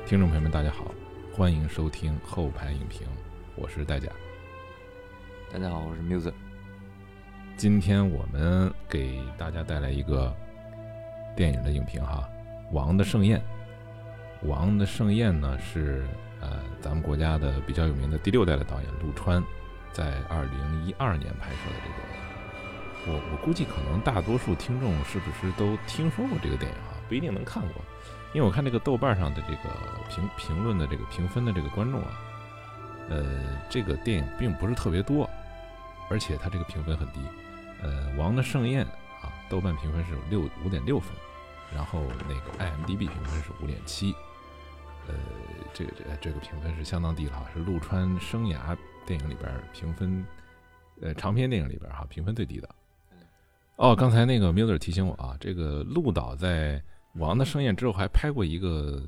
听众朋友们大家好，欢迎收听后排影评，我是戴甲。 大家好，我是 Muser。 今天我们给大家带来一个电影的影评哈，《王的盛宴》。《王的盛宴》呢是咱们国家的比较有名的第6代的导演陆川在2012年拍摄的这个，我估计可能大多数听众是不是都听说过这个电影哈，不一定能看过，因为我看这个豆瓣上的这个评论的这个评分的这个观众啊，这个电影并不是特别多，而且它这个评分很低。王的盛宴啊，豆瓣评分是5.6分，然后那个 IMDB 评分是5.7，这个评分是相当低了哈，是陆川生涯电影里边评分，长篇电影里边哈评分最低的。哦，刚才那个 Muser 提醒我啊，这个陆导在王的盛宴之后还拍过一个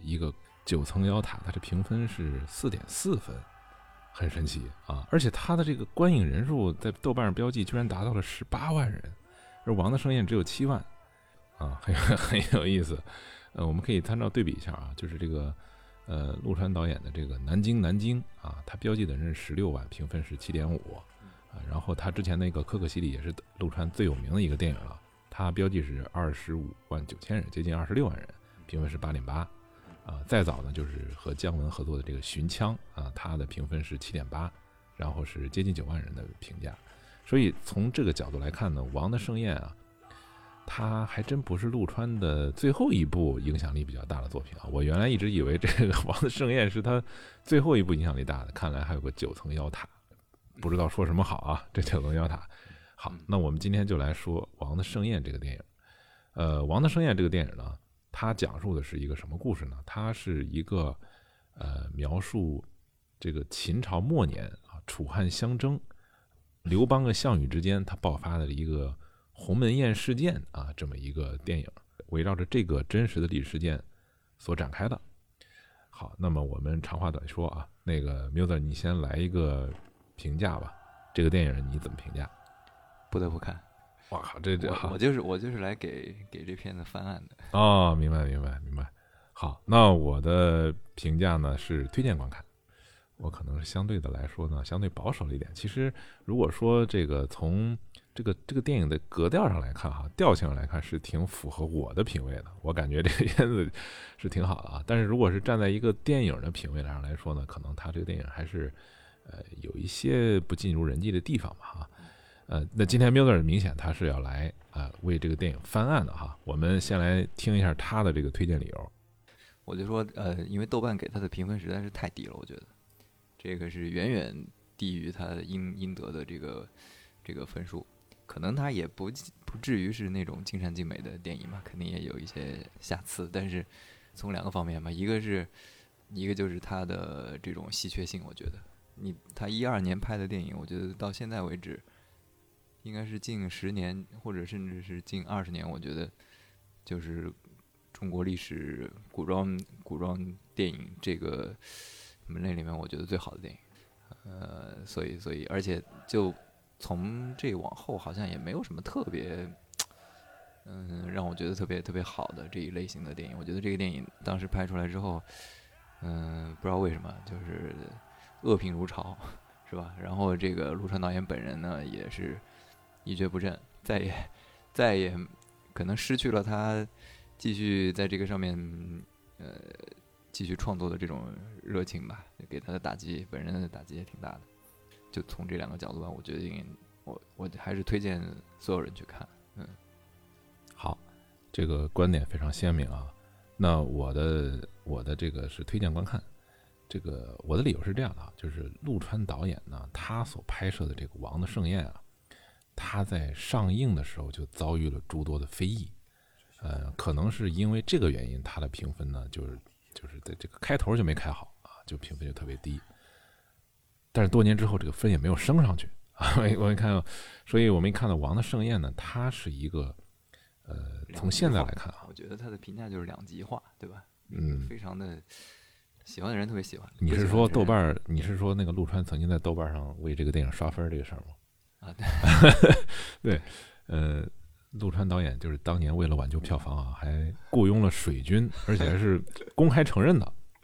9层妖塔，它的评分是4.4分，很神奇啊！而且它的这个观影人数在豆瓣上标记居然达到了18万人，而王的盛宴只有7万啊，很有意思。我们可以参照对比一下啊，就是这个陆川导演的这个南京啊，他标记的人是16万，评分是7.5啊。然后他之前那个可可西里也是陆川最有名的一个电影了，他标记是25万9千人，接近26万人，评分是8.8啊。再早呢就是和姜文合作的这个寻枪啊，他的评分是7.8，然后是接近9万人的评价。所以从这个角度来看呢，王的盛宴啊，他还真不是陆川的最后一部影响力比较大的作品啊！我原来一直以为这个《王的盛宴》是他最后一部影响力大的，看来还有个9层妖塔，不知道说什么好啊！这9层妖塔。好，那我们今天就来说《王的盛宴》这个电影。《王的盛宴》这个电影呢，它讲述的是一个什么故事呢？它是一个描述这个秦朝末年啊，楚汉相争，刘邦和项羽之间它爆发的一个鸿门宴事件啊，这么一个电影，围绕着这个真实的历史事件所展开的。好，那么我们长话短说啊，那个 Muser 你先来一个评价吧，这个电影你怎么评价？ 不得不看。 哇靠，这我就是来给这片子翻案的。 哦，明白。好，那我的评价呢是推荐观看。我可能是相对的来说呢，相对保守了一点。其实如果说这个从这个电影的格调上来看哈，调性上来看是挺符合我的品味的，我感觉这个片子是挺好的啊。但是如果是站在一个电影的品味上来说呢，可能它这个电影还是有一些不尽如人意的地方吧哈。那今天 Muser 明显他是要来为这个电影翻案的哈。我们先来听一下他的这个推荐理由。 我就说因为豆瓣给他的评分实在是太低了，我觉得这个是远远低于他应得的这个分数。可能他也不至于是那种尽善尽美的电影嘛，肯定也有一些瑕疵。但是从2个方面嘛，一个就是他的这种稀缺性，我觉得他12年拍的电影，我觉得到现在为止，应该是近10年或者甚至是近20年，我觉得就是中国历史古装电影这个门类里面，我觉得最好的电影。所以而且就从这往后好像也没有什么特别让我觉得特别好的这一类型的电影。我觉得这个电影当时拍出来之后，不知道为什么就是恶评如潮，是吧？然后这个陆川导演本人呢也是一蹶不振，再也可能失去了他继续在这个上面继续创作的这种热情吧，给他的打击，本人的打击也挺大的。就从这2个角度吧，我决定我还是推荐所有人去看。 好，这个观点非常鲜明啊。那我的这个是推荐观看。这个我的理由是这样的啊，就是陆川导演呢，他所拍摄的这个《王的盛宴》啊，他在上映的时候就遭遇了诸多的非议。可能是因为这个原因，他的评分呢就是在这个开头就没开好啊，就评分就特别低。但是多年之后，这个分也没有升上去啊。我们看到，所以我们一看到《王的盛宴》呢，它是一个从现在来看啊， 我觉得他的评价就是2极化，对吧？非常的喜欢的人特别喜欢。 你是说豆瓣？你是说那个陆川曾经在豆瓣上为这个电影刷分这个事儿吗？ 啊，对， 对，陆川导演就是当年为了挽救票房啊，还雇佣了水军，而且还是公开承认的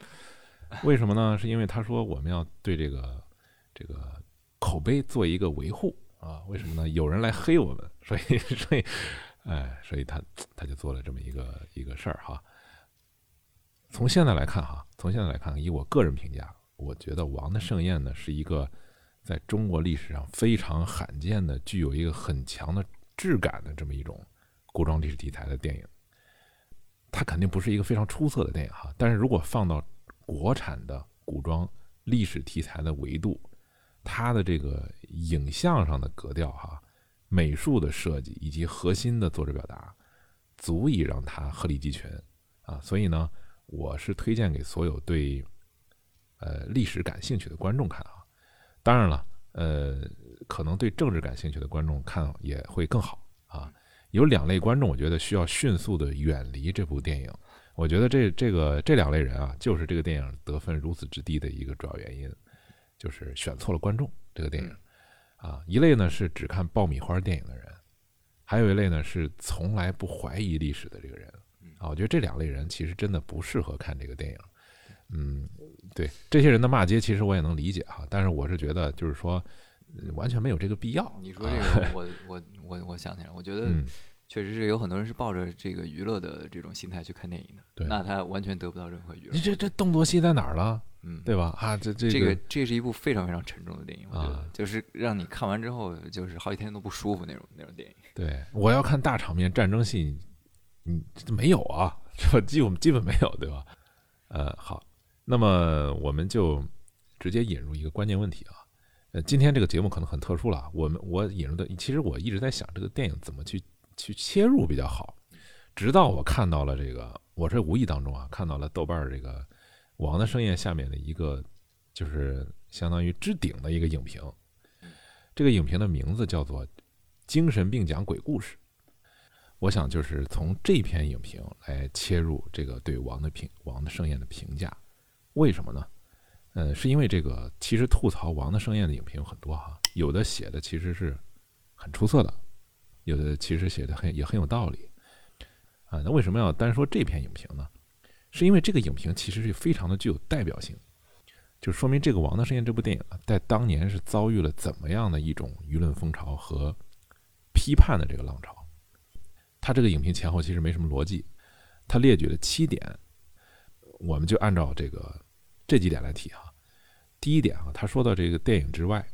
为什么呢？是因为他说我们要对这个口碑做一个维护啊。为什么呢？有人来黑我们，所以他就做了这么一个事儿哈。从现在来看，以我个人评价，我觉得《王的盛宴》呢是一个在中国历史上非常罕见的、具有一个很强的质感的这么一种古装历史题材的电影。它肯定不是一个非常出色的电影哈，但是如果放到国产的古装历史题材的维度，它的这个影像上的格调哈、美术的设计以及核心的作者表达，足以让它鹤立鸡群啊。所以呢，我是推荐给所有对历史感兴趣的观众看啊。当然了，可能对政治感兴趣的观众看也会更好啊。有2类观众，我觉得需要迅速的远离这部电影。我觉得这2类人啊，就是这个电影得分如此之低的一个主要原因，就是选错了观众。这个电影啊，一类呢是只看爆米花电影的人，还有一类呢是从来不怀疑历史的这个人啊。我觉得这2类人其实真的不适合看这个电影。对这些人的骂街，其实我也能理解哈，但是我是觉得就是说，完全没有这个必要。 你说这个，我想起来，我觉得确实是有很多人是抱着这个娱乐的这种心态去看电影的， 对， 那他完全得不到任何娱乐。 你这动作戏在哪儿了？对吧？啊， 这是一部非常非常沉重的电影，我觉得就是让你看完之后就是好几天都不舒服那种电影。 对，我要看大场面战争戏，没有啊，这基本没有，对吧？好，那么我们就直接引入一个关键问题啊。今天这个节目可能很特殊了，我引入的，其实我一直在想这个电影怎么去切入比较好，直到我看到了这个，我是无意当中啊看到了豆瓣这个《王的盛宴》下面的一个就是相当于置顶的一个影评，这个影评的名字叫做《精神病讲鬼故事》。我想就是从这篇影评来切入这个对王的盛宴的评价。为什么呢？是因为这个其实吐槽王的盛宴的影评有很多哈，有的写的其实是很出色的，有的其实写的也很有道理啊。那为什么要单说这篇影评呢？是因为这个影评其实是非常的具有代表性，就说明这个王的盛宴这部电影在当年是遭遇了怎么样的一种舆论风潮和批判的这个浪潮。他这个影评前后其实没什么逻辑，他列举了7点，我们就按照这几点来提哈。第一点啊，他说到这个电影之外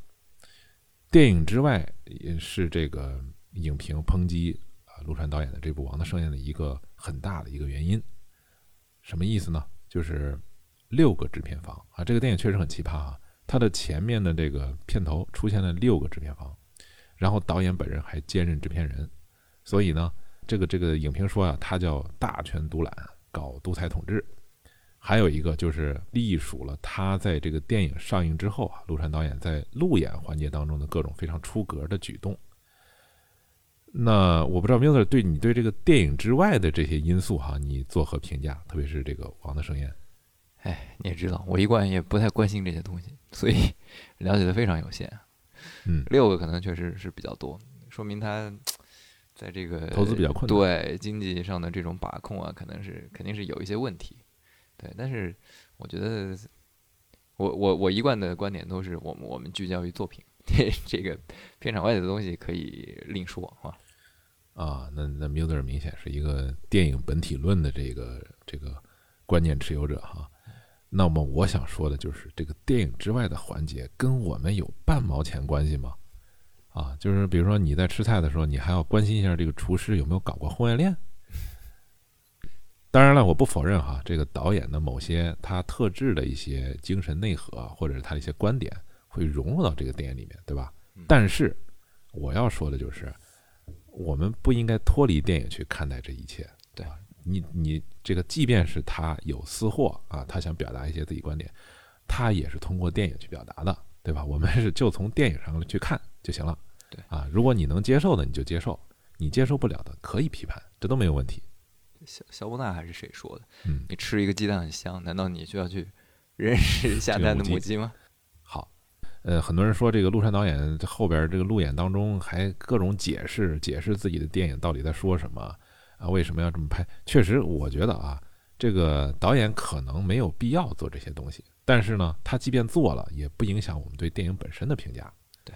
也是这个影评抨击陆川导演的这部《王的盛宴》的一个很大的一个原因。什么意思呢？就是6个制片方啊，这个电影确实很奇葩啊。它的前面的这个片头出现了6个制片方，然后导演本人还兼任制片人，所以呢，这个影评说啊，他叫大权独揽，搞独裁统治。还有一个就是隶属了他在这个电影上映之后啊，陆川导演在路演环节当中的各种非常出格的举动。那我不知道 Miller 你对这个电影之外的这些因素哈，你作何评价？特别是这个《王的盛宴》。 你也知道，我一贯也不太关心这些东西，所以了解的非常有限。6个可能确实是比较多，说明他在这个投资比较困难， 对经济上的这种把控啊，肯定是有一些问题。对，但是我觉得我一贯的观点都是我们聚焦于作品，这个片场外的东西可以另说啊。 那 Miller 明显是一个电影本体论的这个观念持有者哈。那么我想说的就是这个电影之外的环节跟我们有半毛钱关系吗？就是比如说你在吃菜的时候，你还要关心一下这个厨师有没有搞过婚外恋。当然了，我不否认哈，这个导演的某些他特质的一些精神内核，或者是他的一些观点会融入到这个电影里面，对吧？但是我要说的就是，我们不应该脱离电影去看待这一切。 对， 你这个，即便是他有私货啊，他想表达一些自己观点，他也是通过电影去表达的，对吧？我们就从电影上去看就行了。 对如果你能接受的你就接受，你接受不了的可以批判，这都没有问题。 肖伯纳还是谁说的？你吃一个鸡蛋很香，难道你就要去认识下蛋的母鸡吗？ 好，很多人说这个陆川导演后边这个路演当中还各种解释自己的电影到底在说什么啊？为什么要这么拍？确实，我觉得这个导演可能没有必要做这些东西，但是呢，他即便做了，也不影响我们对电影本身的评价。 对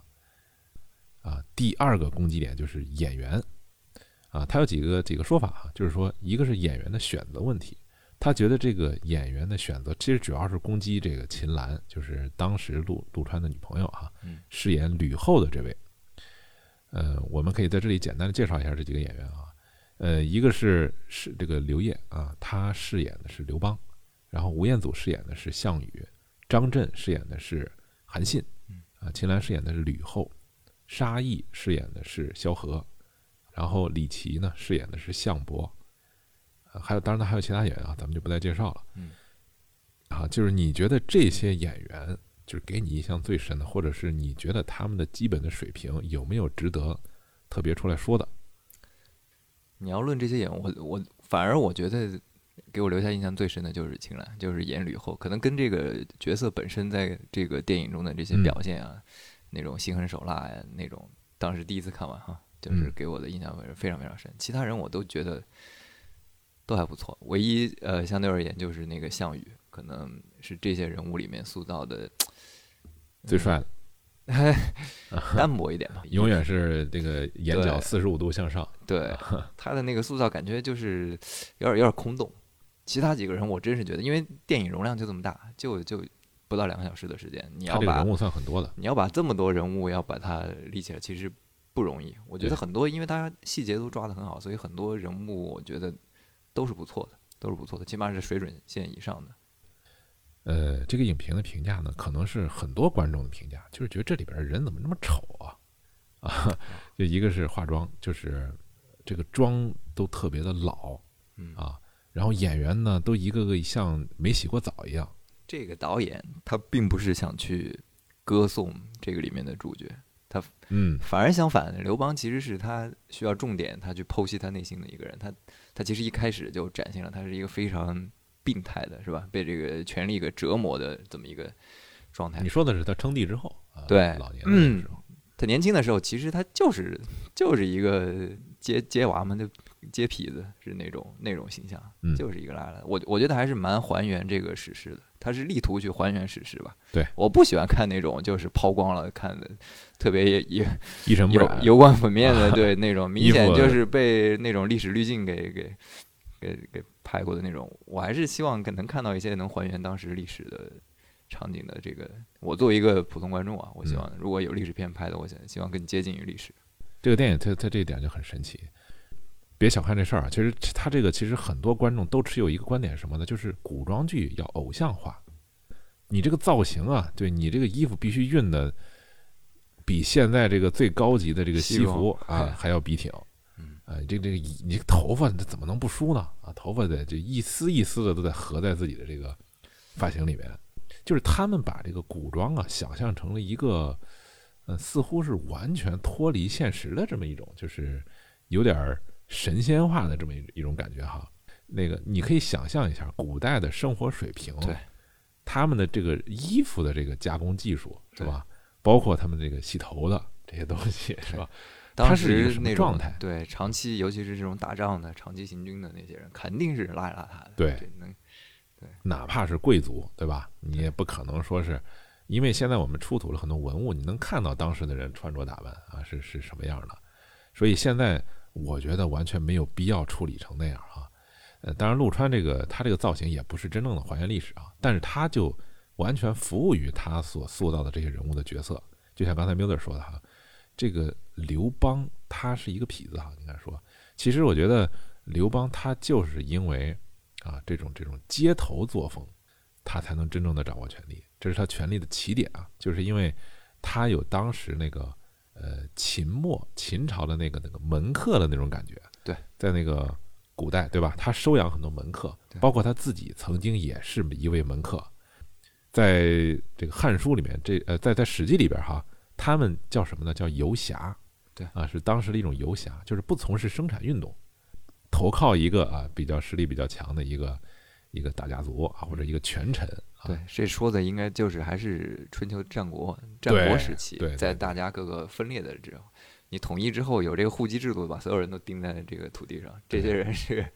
第二个攻击点就是演员他有几个说法就是说，一个是演员的选择问题，他觉得这个演员的选择其实主要是攻击这个秦岚，就是当时陆川的女朋友饰演吕后的这位。我们可以在这里简单的介绍一下这几个演员一个是这个刘烨他饰演的是刘邦，然后吴彦祖饰演的是项羽，张震饰演的是韩信，秦岚饰演的是吕后，沙溢饰演的是萧何，然后李琦呢饰演的是项伯，还有当然还有其他演员咱们就不再介绍了。就是你觉得这些演员就是给你印象最深的，或者是你觉得他们的基本的水平有没有值得特别出来说的？ 你要论这些演员，我反而我觉得给我留下印象最深的就是秦岚，就是演吕后，可能跟这个角色本身在这个电影中的这些表现那种心狠手辣呀，那种当时第一次看完就是给我的印象非常非常深。其他人我都觉得都还不错，唯一相对而言就是那个项羽，可能是这些人物里面塑造的最帅的。 单薄一点吧， 永远是这个眼角45度向上。 对，他的那个塑造感觉就是有点空洞。其他几个人我真是觉得，因为电影容量就这么大，就不到2个小时的时间，你要把人物算很多的， 你要把这么多人物要把它立起来，其实不容易。我觉得很多，因为他细节都抓得很好，所以很多人物我觉得都是不错的，起码是水准线以上的。 这个影评的评价呢，可能是很多观众的评价，就是觉得这里边的人怎么那么丑就一个是化妆，就是这个妆都特别的老然后演员呢都一个个像没洗过澡一样。 这个导演他并不是想去歌颂这个里面的主角，他反而相反，刘邦其实是他需要重点他去剖析他内心的一个人，他其实一开始就展现了他是一个非常病态的，是吧？被这个权力给折磨的这么一个状态。 你说的是他称帝之后对， 老年的时候他年轻的时候其实他就是一个接娃嘛，就接痞子是那种形象，就是一个拉拉。我觉得还是蛮还原这个史实的，他是力图去还原史实吧。 对， 我不喜欢看那种就是抛光了，看的特别一尘不染、 油光粉面的，对那种明显就是被那种历史滤镜给拍过的那种。我还是希望能看到一些能还原当时历史的场景的这个。我作为一个普通观众我希望如果有历史片拍的，我希望更接近于历史。 这个电影它这一点就很神奇。别小看这事儿其实它这个其实很多观众都持有一个观点是什么呢？就是古装剧要偶像化，你这个造型对你这个衣服必须熨的比现在这个最高级的这个西服还要笔挺。这个你头发怎么能不梳呢？头发的这一丝一丝的都在合在自己的这个发型里面。就是他们把这个古装想象成了一个似乎是完全脱离现实的这么一种，就是有点神仙化的这么一种感觉那个你可以想象一下古代的生活水平， 对他们的这个衣服的这个加工技术是吧？包括他们这个洗头的这些东西是吧？ 当时那种状态， 对长期尤其是这种打仗的长期行军的那些人，肯定是邋里邋遢的。 对，哪怕是贵族，对吧？你也不可能说是，因为现在我们出土了很多文物，你能看到当时的人穿着打扮是什么样的。所以现在我觉得完全没有必要处理成那样当然陆川他这个造型也不是真正的还原历史但是他就完全服务于他所塑造的这些人物的角色。就像刚才 Miller 说的这个刘邦他是一个痞子应该说，其实我觉得刘邦他就是因为这种街头作风，他才能真正的掌握权力，这是他权力的起点就是因为他有当时那个秦朝的那个门客的那种感觉。 对，在那个古代对吧，他收养很多门客，包括他自己曾经也是一位门客。在这个汉书里面在史记里边他们叫什么呢？叫游侠。 对是当时的一种游侠，就是不从事生产运动，投靠一个比较实力比较强的一个大家族或者一个权臣。 对，这说的应该就是还是春秋战国时期，在大家各个分裂的之后，你统一之后有这个户籍制度，把所有人都钉在这个土地上，这些人是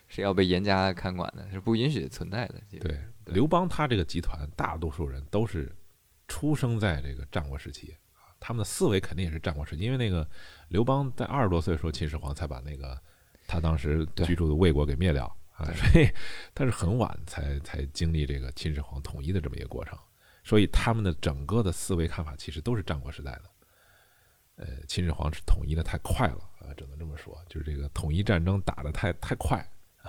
是要被严加看管的，是不允许存在的。 对，刘邦他这个集团大多数人都是出生在这个战国时期啊，他们的思维肯定也是战国时期，因为那个刘邦在20多岁的时候，秦始皇才把那个他当时居住的魏国给灭掉啊，所以他是很晚才经历这个秦始皇统一的这么一个过程，所以他们的整个的思维看法其实都是战国时代的。秦始皇是统一的太快了啊，只能这么说，就是这个统一战争打得太快，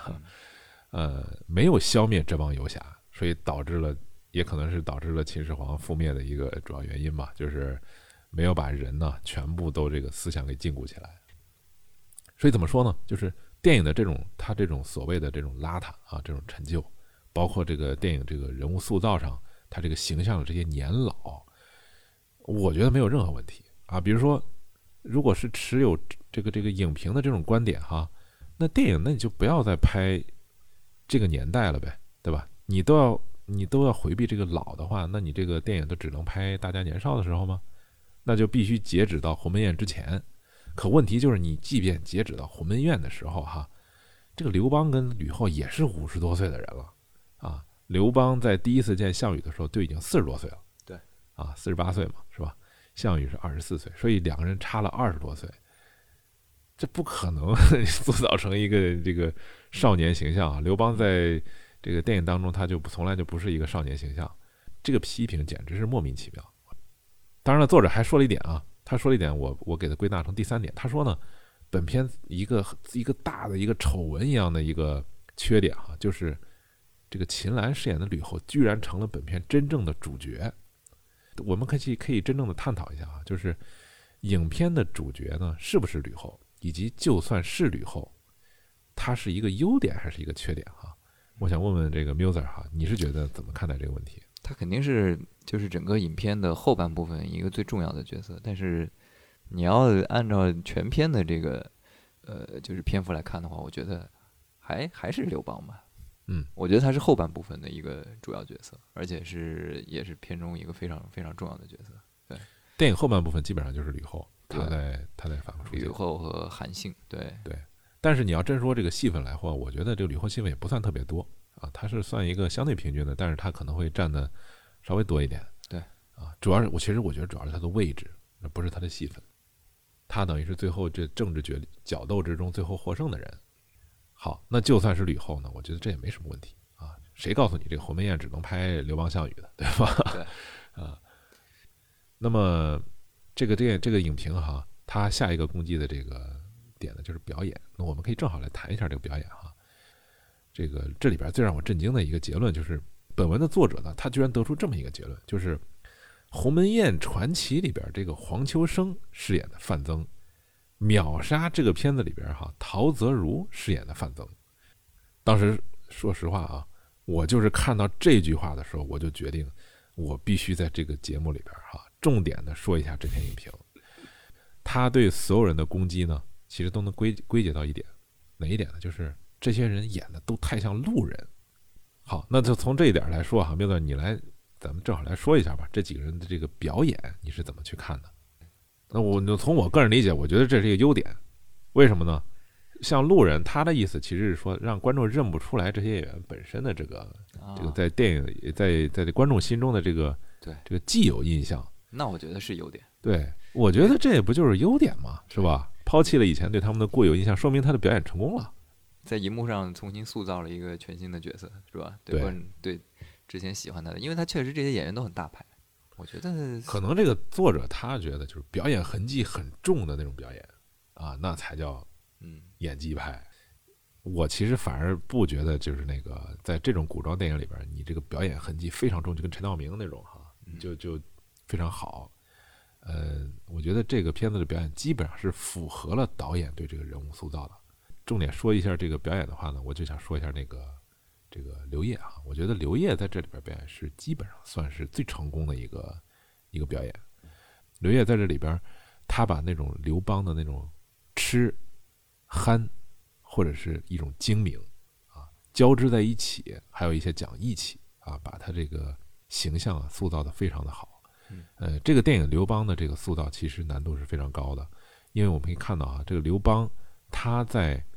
没有消灭这帮游侠，所以也可能是导致了秦始皇覆灭的一个主要原因吧，就是没有把人呢全部都这个思想给禁锢起来。所以怎么说呢？就是电影的他这种所谓的这种邋遢啊，这种陈旧，包括这个电影这个人物塑造上，他这个形象的这些年老，我觉得没有任何问题啊。比如说，如果是持有这个影评的这种观点哈，那电影那你就不要再拍这个年代了呗，对吧？你都要回避这个老的话，那你这个电影都只能拍大家年少的时候吗？那就必须截止到鸿门宴之前。可问题就是，你即便截止到鸿门宴的时候哈，这个刘邦跟吕后也是50多岁的人了啊。刘邦在第一次见项羽的时候就已经40多岁了， 对啊，48岁嘛，是吧？项羽是24岁，所以两个人差了20多岁，这不可能塑造成一个这个少年形象啊。刘邦在这个电影当中，他就从来就不是一个少年形象，这个批评简直是莫名其妙。当然了，作者还说了一点啊，他说了一点，我给他归纳成第3点。他说呢，本片一个大的一个丑闻一样的一个缺点哈，就是这个秦岚饰演的吕后居然成了本片真正的主角。我们可以真正的探讨一下啊，就是影片的主角呢是不是吕后，以及就算是吕后，它是一个优点还是一个缺点哈？我想问问这个 Muser 哈，你是觉得怎么看待这个问题？ 他肯定是就是整个影片的后半部分一个最重要的角色，但是你要按照全片的这个就是篇幅来看的话，我觉得还是刘邦吧。我觉得他是后半部分的一个主要角色，而且也是片中一个非常非常重要的角色。对， 电影后半部分基本上就是吕后，他在反复出现。 吕后和韩信，对。 但是你要真说这个戏份来话，我觉得这个吕后戏份也不算特别多啊，他是算一个相对平均的，但是他可能会占的稍微多一点。 对啊，其实我觉得主要是他的位置，不是他的戏份。他等于是最后这政治角斗之中最后获胜的人。好，那就算是吕后呢，我觉得这也没什么问题啊。谁告诉你这个鸿门宴只能拍刘邦项羽的，对吧？ 对啊。那么这个影评哈，它下一个攻击的这个点呢，就是表演。那我们可以正好来谈一下这个表演哈。这里边最让我震惊的一个结论就是，本文的作者呢，他居然得出这么一个结论，就是《鸿门宴传奇》里边这个黄秋生饰演的范增，秒杀这个片子里边哈陶泽如饰演的范增。当时说实话啊，我就是看到这句话的时候，我就决定我必须在这个节目里边哈重点的说一下这篇影评。他对所有人的攻击呢，其实都能归结到一点，哪一点呢？就是这些人演的都太像路人。好，那就从这一点来说哈，妙段咱们正好来说一下吧，这几个人的这个表演你是怎么去看的？那我从我个人理解，我觉得这是一个优点。为什么呢？像路人，他的意思其实是说让观众认不出来这些演员本身的这个在电影在这观众心中的这个既有印象。 那我觉得是优点。 对，我觉得这也不就是优点嘛，是吧？抛弃了以前对他们的固有印象，说明他的表演成功了， 在荧幕上重新塑造了一个全新的角色，是吧？对之前喜欢他的，因为他确实这些演员都很大牌。我觉得可能这个作者他觉得就是表演痕迹很重的那种表演啊，那才叫演技派。我其实反而不觉得就是那个在这种古装电影里边，你这个表演痕迹非常重，就跟陈道明那种哈，就非常好。我觉得这个片子的表演基本上是符合了导演对这个人物塑造的。重点说一下这个表演的话呢，我就想说一下这个刘烨啊，我觉得刘烨在这里边表演是基本上算是最成功的一个表演。刘烨在这里边，他把那种刘邦的那种痴憨或者是一种精明啊交织在一起，还有一些讲义气啊，把他这个形象啊塑造的非常的好。这个电影刘邦的这个塑造其实难度是非常高的，因为我们可以看到啊，这个刘邦他在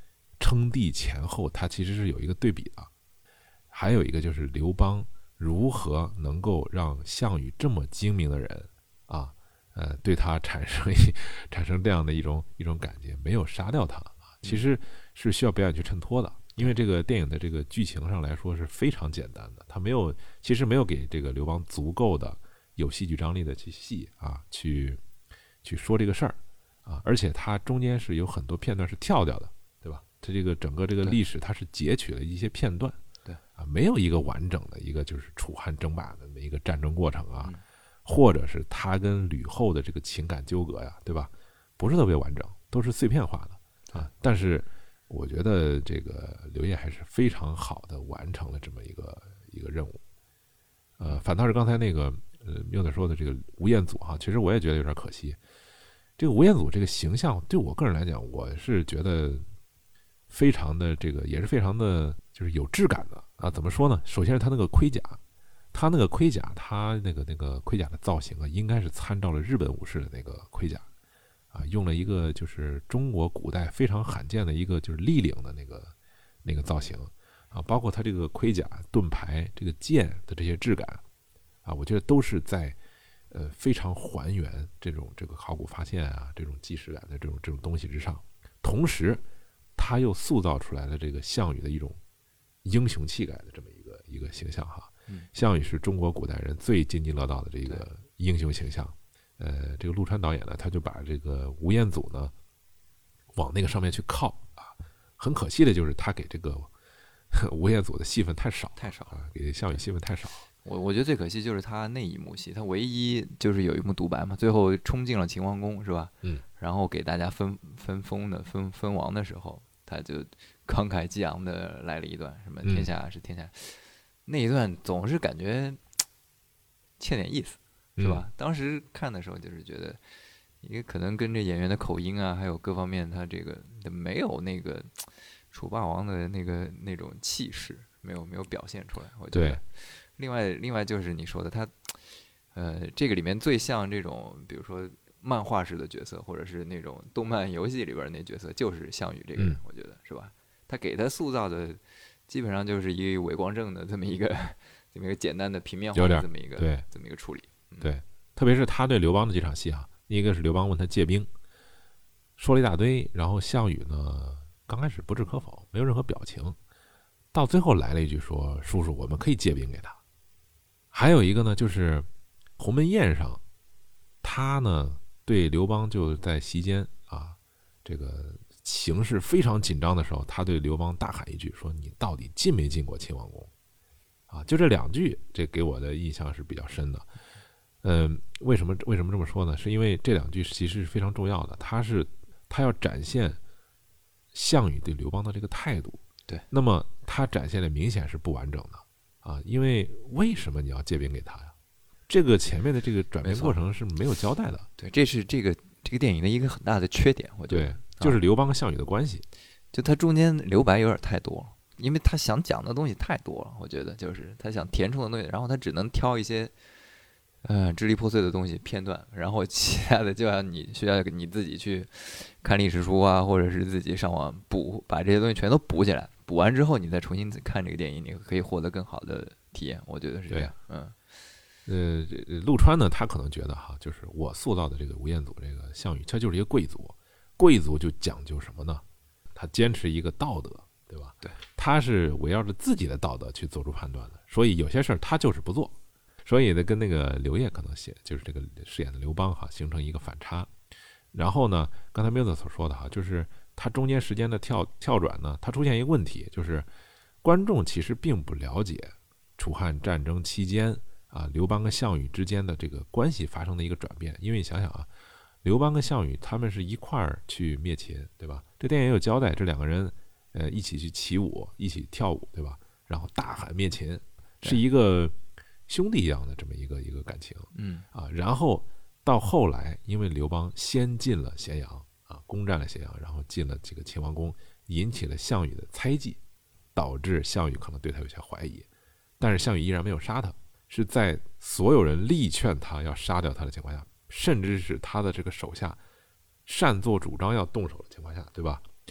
称帝前后，它其实是有一个对比的。还有一个就是刘邦如何能够让项羽这么精明的人啊，对他产生这样的一种感觉，没有杀掉他啊，其实是需要表演去衬托的。因为这个电影的这个剧情上来说是非常简单的，他其实没有给这个刘邦足够的有戏剧张力的戏啊，去说这个事儿啊，而且它中间是有很多片段是跳掉的，对吧？它这个整个这个历史它是截取了一些片段， 对啊，没有一个完整的一个就是楚汉争霸的一个战争过程啊，或者是他跟吕后的这个情感纠葛呀，对吧？不是特别完整，都是碎片化的啊。但是我觉得这个刘烨还是非常好的完成了这么一个任务。反倒是刚才那个缪德说的这个吴彦祖哈，其实我也觉得有点可惜。这个吴彦祖这个形象对我个人来讲，我是觉得非常的也是非常的就是有质感的啊。怎么说呢？首先是他那个盔甲，他那个盔甲的造型啊，应该是参照了日本武士的那个盔甲啊，用了一个就是中国古代非常罕见的一个就是立领的那个造型啊，包括他这个盔甲、盾牌、这个剑的这些质感啊，我觉得都是在非常还原这个考古发现啊，这种纪实感的这种东西之上，同时他又塑造出来了这个项羽的一种英雄气概的这么一个形象哈。项羽是中国古代人最津津乐道的这个英雄形象。这个陆川导演呢，他就把这个吴彦祖呢往那个上面去靠啊。很可惜的就是他给这个吴彦祖的戏份太少啊，给项羽戏份太少。 我觉得最可惜就是他那一幕戏，他唯一就是有一幕独白嘛，最后冲进了秦皇宫是吧？然后给大家分王的时候，他就慷慨激昂的来了一段什么天下是天下，那一段总是感觉欠点意思，是吧？当时看的时候就是觉得，也可能跟着演员的口音啊，还有各方面，他这个没有那个楚霸王的那种气势，没有表现出来。我觉得。 对。 另外就是你说的他，这个里面最像这种，比如说漫画式的角色，或者是那种动漫游戏里边那角色，就是项羽这个人，我觉得是吧？他给他塑造的基本上就是以伪光正的这么一个简单的平面化的这么一个处理。 对，特别是他对刘邦的几场戏啊，一个是刘邦问他借兵，说了一大堆，然后项羽呢刚开始不置可否，没有任何表情，到最后来了一句说：“叔叔，我们可以借兵给他。”还有一个呢，就是鸿门宴上，他呢对刘邦就在席间啊，这个形势非常紧张的时候，他对刘邦大喊一句说：“你到底进没进过秦王宫？”啊，就这两句，这给我的印象是比较深的。为什么这么说呢？是因为这两句其实是非常重要的，他要展现项羽对刘邦的这个态度。 对， 那么他展现的明显是不完整的啊，因为什么你要借兵给他呀？这个前面的这个转变过程是没有交代的。 对，这是这个电影的一个很大的缺点，我觉得。 对，就是刘邦跟项羽的关系， 就他中间留白有点太多了，因为他想讲的东西太多了，我觉得就是他想填充的东西，然后他只能挑一些支离破碎的东西片段，然后其他的就要需要你自己去看历史书啊，或者是自己上网把这些东西全都补起来。补完之后，你再重新看这个电影，你可以获得更好的体验。我觉得是这样。 陆川呢，他可能觉得哈，就是我塑造的这个吴彦祖这个项羽，他就是一个贵族，贵族就讲究什么呢？他坚持一个道德，对吧？ 对， 他是围绕着自己的道德去做出判断的，所以有些事儿他就是不做，所以呢，跟那个刘烨可能就是这个饰演的刘邦哈，形成一个反差。然后呢，刚才缪子所说的哈，就是他中间时间的跳转呢，他出现一个问题，就是观众其实并不了解楚汉战争期间啊，刘邦跟项羽之间的这个关系发生的一个转变。因为你想想啊，刘邦跟项羽他们是一块儿去灭秦，对吧？这电影也有交代，这两个人一起去起舞，一起跳舞，对吧？然后大喊灭秦，是一个兄弟一样的这么一个感情。然后到后来，因为刘邦先进了咸阳啊，攻占了咸阳，然后进了这个秦王宫，引起了项羽的猜忌，导致项羽可能对他有些怀疑，但是项羽依然没有杀他，是在所有人力劝他要杀掉他的情况下，甚至是他的这个手下擅作主张要动手的情况下，对吧？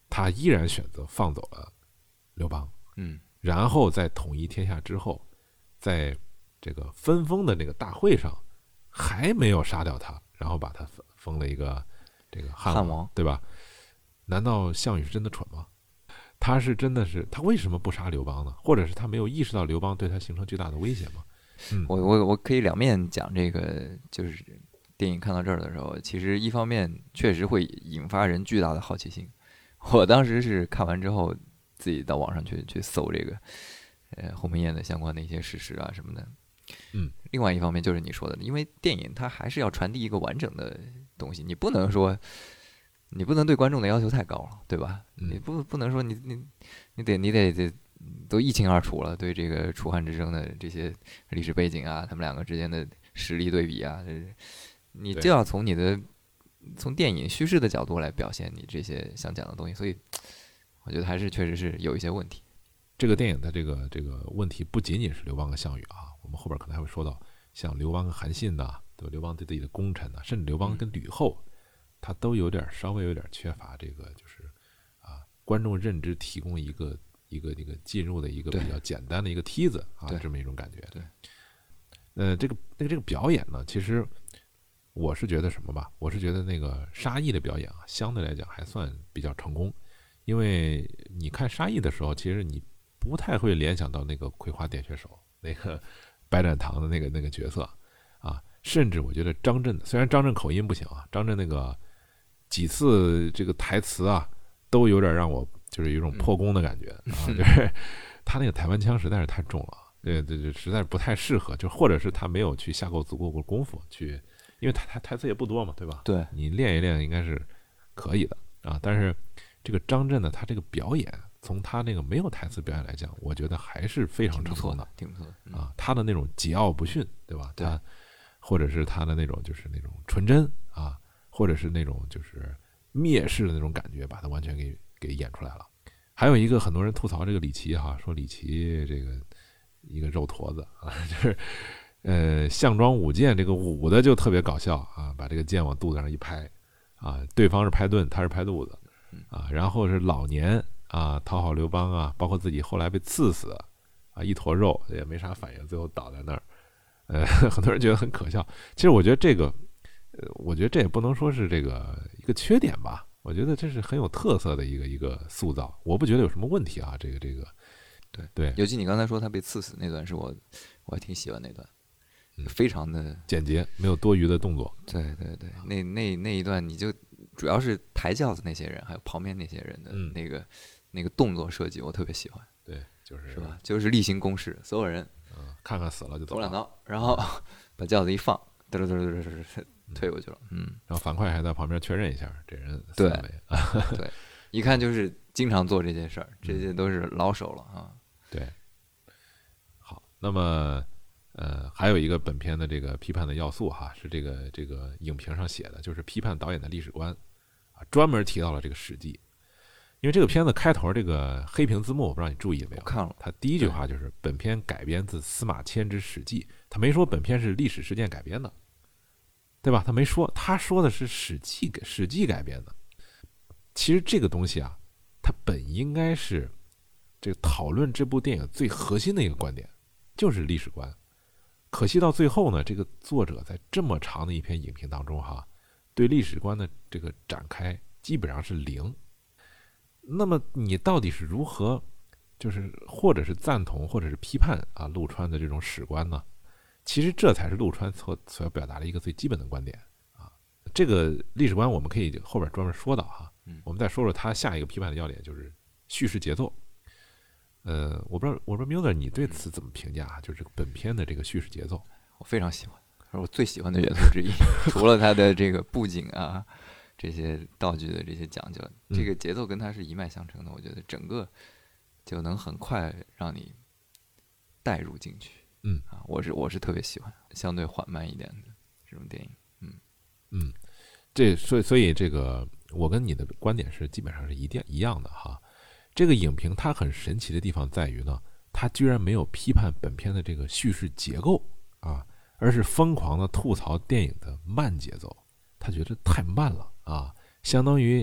他依然选择放走了刘邦，然后在统一天下之后，在这个分封的那个大会上还没有杀掉他，然后把他封了一个这个汉王，对吧？难道项羽是真的蠢吗？他是真的是他为什么不杀刘邦呢？或者是他没有意识到刘邦对他形成巨大的威胁吗？ 我可以两面讲这个，就是电影看到这儿的时候，其实一方面确实会引发人巨大的好奇心。我当时是看完之后，自己到网上去搜这个鸿门宴的相关的一些事实啊什么的。另外一方面就是你说的，因为电影它还是要传递一个完整的东西，你不能对观众的要求太高了，对吧？你不能说你得都一清二楚了，对这个楚汉之争的这些历史背景啊，他们两个之间的实力对比啊，你就要从电影叙事的角度来表现你这些想讲的东西，所以我觉得还是确实是有一些问题。 这个电影的这个问题不仅仅是刘邦和项羽啊，我们后边可能还会说到像刘邦跟韩信呐，对吧？刘邦对自己的功臣呐，甚至刘邦跟吕后。他都稍微有点缺乏这个，就是观众认知提供一个进入的一个比较简单的一个梯子啊，这么一种感觉。对，这个表演呢，其实我是觉得什么吧？我是觉得那个沙溢的表演啊，相对来讲还算比较成功，因为你看沙溢的时候，其实你不太会联想到那个葵花点穴手那个白展堂的那个角色啊，甚至我觉得张震，虽然张震口音不行啊，张震那个。几次这个台词啊，都有点让我就是有一种破功的感觉啊，就是他那个台湾腔实在是太重了，对，实在是不太适合，就或者是他没有去下够足够的功夫去，因为台词也不多嘛，对吧？ 对， 你练一练应该是可以的啊。但是这个张震呢，他这个表演，从他那个没有台词表演来讲，我觉得还是非常成功的， 挺不错的啊。他的那种桀骜不驯，对吧？对，或者是他的那种就是那种纯真啊。或者是那种就是蔑视的那种感觉，把它完全给演出来了。还有一个很多人吐槽这个李琦哈，说李琦这个一个肉坨子啊，就是项庄舞剑这个舞的就特别搞笑啊，把这个剑往肚子上一拍啊，对方是拍盾，他是拍肚子啊，然后是老年啊讨好刘邦啊，包括自己后来被刺死啊，一坨肉也没啥反应，最后倒在那儿，很多人觉得很可笑。其实我觉得这个。我觉得这也不能说是这个一个缺点吧，我觉得这是很有特色的一个塑造，我不觉得有什么问题啊。这个，对， 尤其你刚才说他被刺死那段，是我还挺喜欢那段，非常的简洁，没有多余的动作。 对，那一段你就主要是抬轿子那些人，还有旁边那些人的那个动作设计，我特别喜欢。 对，是吧？就是例行公事，所有人看看死了就走两刀，然后把轿子一放，嘚退过去了， 然后樊哙还在旁边确认一下这人死了没。 对，一看就是经常做这些事儿，这些都是老手了啊。 对，好，那么还有一个本片的这个批判的要素哈，是这个影评上写的，就是批判导演的历史观啊，专门提到了这个《史记》，因为这个片子开头这个黑屏字幕，我不知道你注意了没有？ 我看了， 他第一句话就是本片改编自司马迁之《史记》，他没说本片是历史事件改编的。对吧？他没说，他说的是史记改编的。其实这个东西啊，它本应该是这个讨论这部电影最核心的一个观点，就是历史观。可惜到最后呢，这个作者在这么长的一篇影评当中哈，对历史观的这个展开基本上是零。那么你到底是如何，就是或者是赞同，或者是批判啊陆川的这种史观呢？其实这才是陆川所要表达的一个最基本的观点啊。这个历史观我们可以后边专门说到哈。我们再说说他下一个批判的要点，就是叙事节奏。我不知道Miller 你对此怎么评价啊？就是本片的这个叙事节奏， 我非常喜欢，是我最喜欢的元素之一。除了它的这个布景啊，这些道具的这些讲究，这个节奏跟它是一脉相承的。我觉得整个就能很快让你带入进去。我是特别喜欢相对缓慢一点的这种电影。 所以这个我跟你的观点是基本上是一样的哈。这个影评它很神奇的地方在于呢，它居然没有批判本片的这个叙事结构啊，而是疯狂的吐槽电影的慢节奏。他觉得太慢了啊，相当于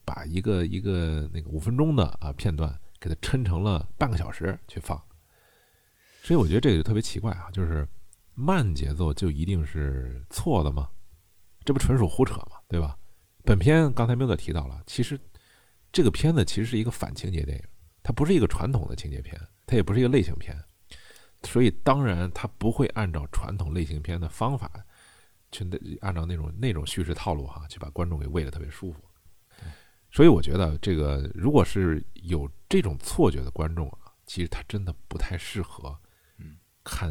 把一个那个5分钟的片段给它抻成了半个小时去放。所以我觉得这个就特别奇怪啊，就是慢节奏就一定是错的吗？这不纯属胡扯吗？对吧？本片刚才喵哥提到了，其实这个片子其实是一个反情节电影，它不是一个传统的情节片，它也不是一个类型片，所以当然它不会按照传统类型片的方法去按照那种叙事套路去把观众给喂得特别舒服。所以我觉得这个如果是有这种错觉的观众其实他真的不太适合看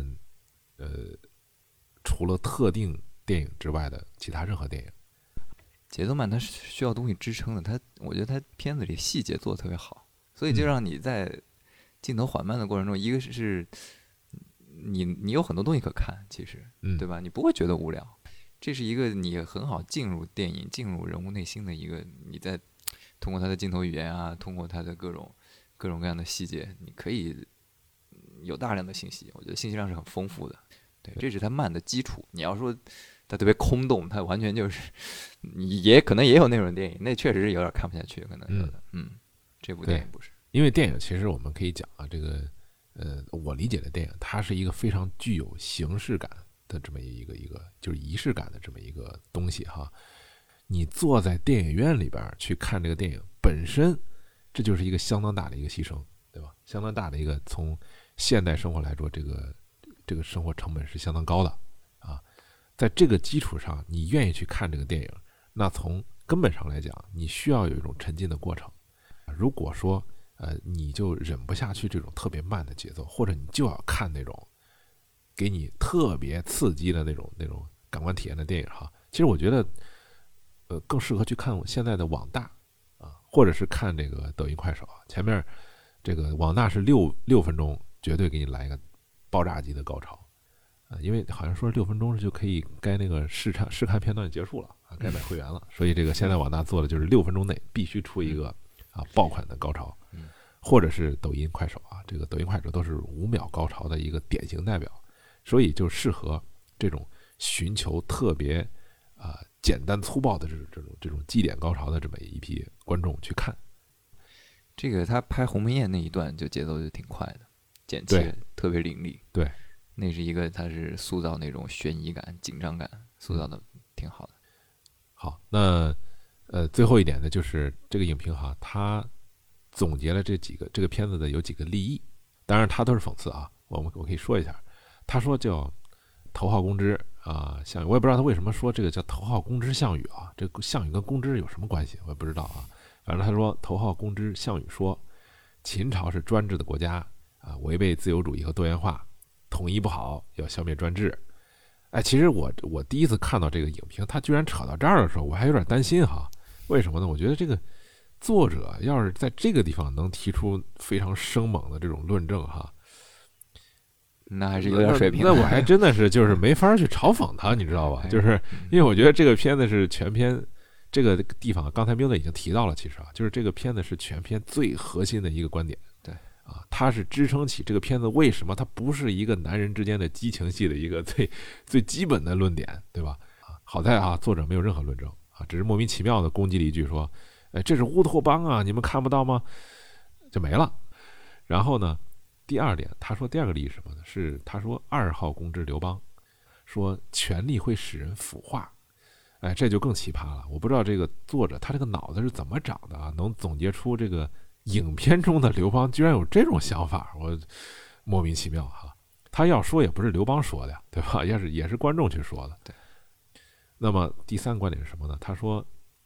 除了特定电影之外的其他任何电影。 节奏慢它是需要东西支撑的，我觉得它片子里细节做得特别好，所以就让你在镜头缓慢的过程中，一个是你有很多东西可看，其实对吧？你不会觉得无聊，这是一个你很好进入电影、进入人物内心的一个，你在通过他的镜头语言通过他的各种各样的细节，你可以有大量的信息，我觉得信息量是很丰富的。对，这是它慢的基础。你要说它特别空洞，它完全就是也可能也有那种电影，那确实是有点看不下去，可能有的。这部电影不是， 因为电影其实我们可以讲这个我理解的电影，它是一个非常具有形式感的这么一个就是仪式感的这么一个东西你坐在电影院里边去看这个电影本身，这就是一个相当大的一个牺牲，对吧？相当大的一个，从现代生活来说，这个生活成本是相当高的在这个基础上，你愿意去看这个电影，那从根本上来讲，你需要有一种沉浸的过程。如果说你就忍不下去这种特别慢的节奏，或者你就要看那种给你特别刺激的那种感官体验的电影其实我觉得更适合去看现在的网大或者是看这个抖音快手前面这个网大是6分钟绝对给你来一个爆炸级的高潮因为好像说6分钟就可以该那个试看片段结束了该买会员了，所以这个现在网大做的就是6分钟内必须出一个爆款的高潮，或者是抖音快手这个抖音快手都是5秒高潮的一个典型代表，所以就适合这种寻求特别简单粗暴的这种基点高潮的这么一批观众去看。 这个他拍鸿门宴那一段就节奏就挺快的，剪切特别凌厉， 对， 那是一个他是塑造那种悬疑感、紧张感，塑造的挺好的。 好，那最后一点呢，就是这个影评他总结了这个片子的有几个立意，当然他都是讽刺我可以说一下。他说叫头号公知项羽，我也不知道他为什么说这个叫头号公知项羽这个项羽跟公知有什么关系，我也不知道反正他说头号公知项羽说，秦朝是专制的国家违背自由主义和多元化，统一不好，要消灭专制。其实我第一次看到这个影评，他居然扯到这儿的时候，我还有点担心为什么呢？我觉得这个作者要是在这个地方能提出非常生猛的这种论证那还是有点水平。 那我还真的是就是没法去嘲讽他，你知道吧？就是因为我觉得这个片子是全片这个地方，刚才喵子已经提到了，其实就是这个片子是全片最核心的一个观点。 对它是支撑起这个片子为什么它不是一个男人之间的激情戏的一个最基本的论点，对吧？好在作者没有任何论证只是莫名其妙的攻击了一句说，这是乌托邦你们看不到吗？就没了。然后呢，第二点，他说第二个利益什么呢？是他说2号公知刘邦说权力会使人腐化，这就更奇葩了。我不知道这个作者他这个脑子是怎么长的能总结出这个影片中的刘邦居然有这种想法，我莫名其妙他要说也不是刘邦说的呀，对吧？也是观众去说的。 对。 那么第三个观点是什么呢？他说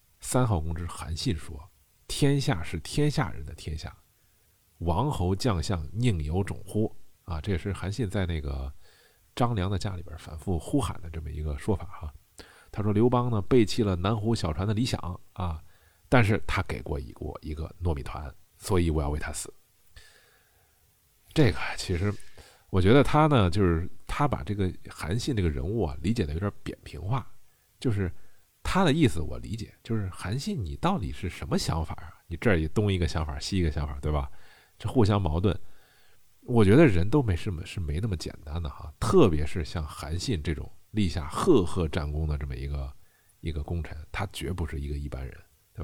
3号公知韩信说，天下是天下人的天下，王侯将相宁有种乎这也是韩信在那个张良的家里边反复呼喊的这么一个说法他说刘邦呢背弃了南湖小船的理想但是他给过我一个糯米团，所以我要为他死。这个其实我觉得他呢，就是他把这个韩信这个人物理解的有点扁平化，就是他的意思我理解，就是韩信你到底是什么想法你这儿东一个想法西一个想法，对吧？这互相矛盾。我觉得人都是没那么简单的特别是像韩信这种立下赫赫战功的这么一个功臣，他绝不是一个一般人，对吧？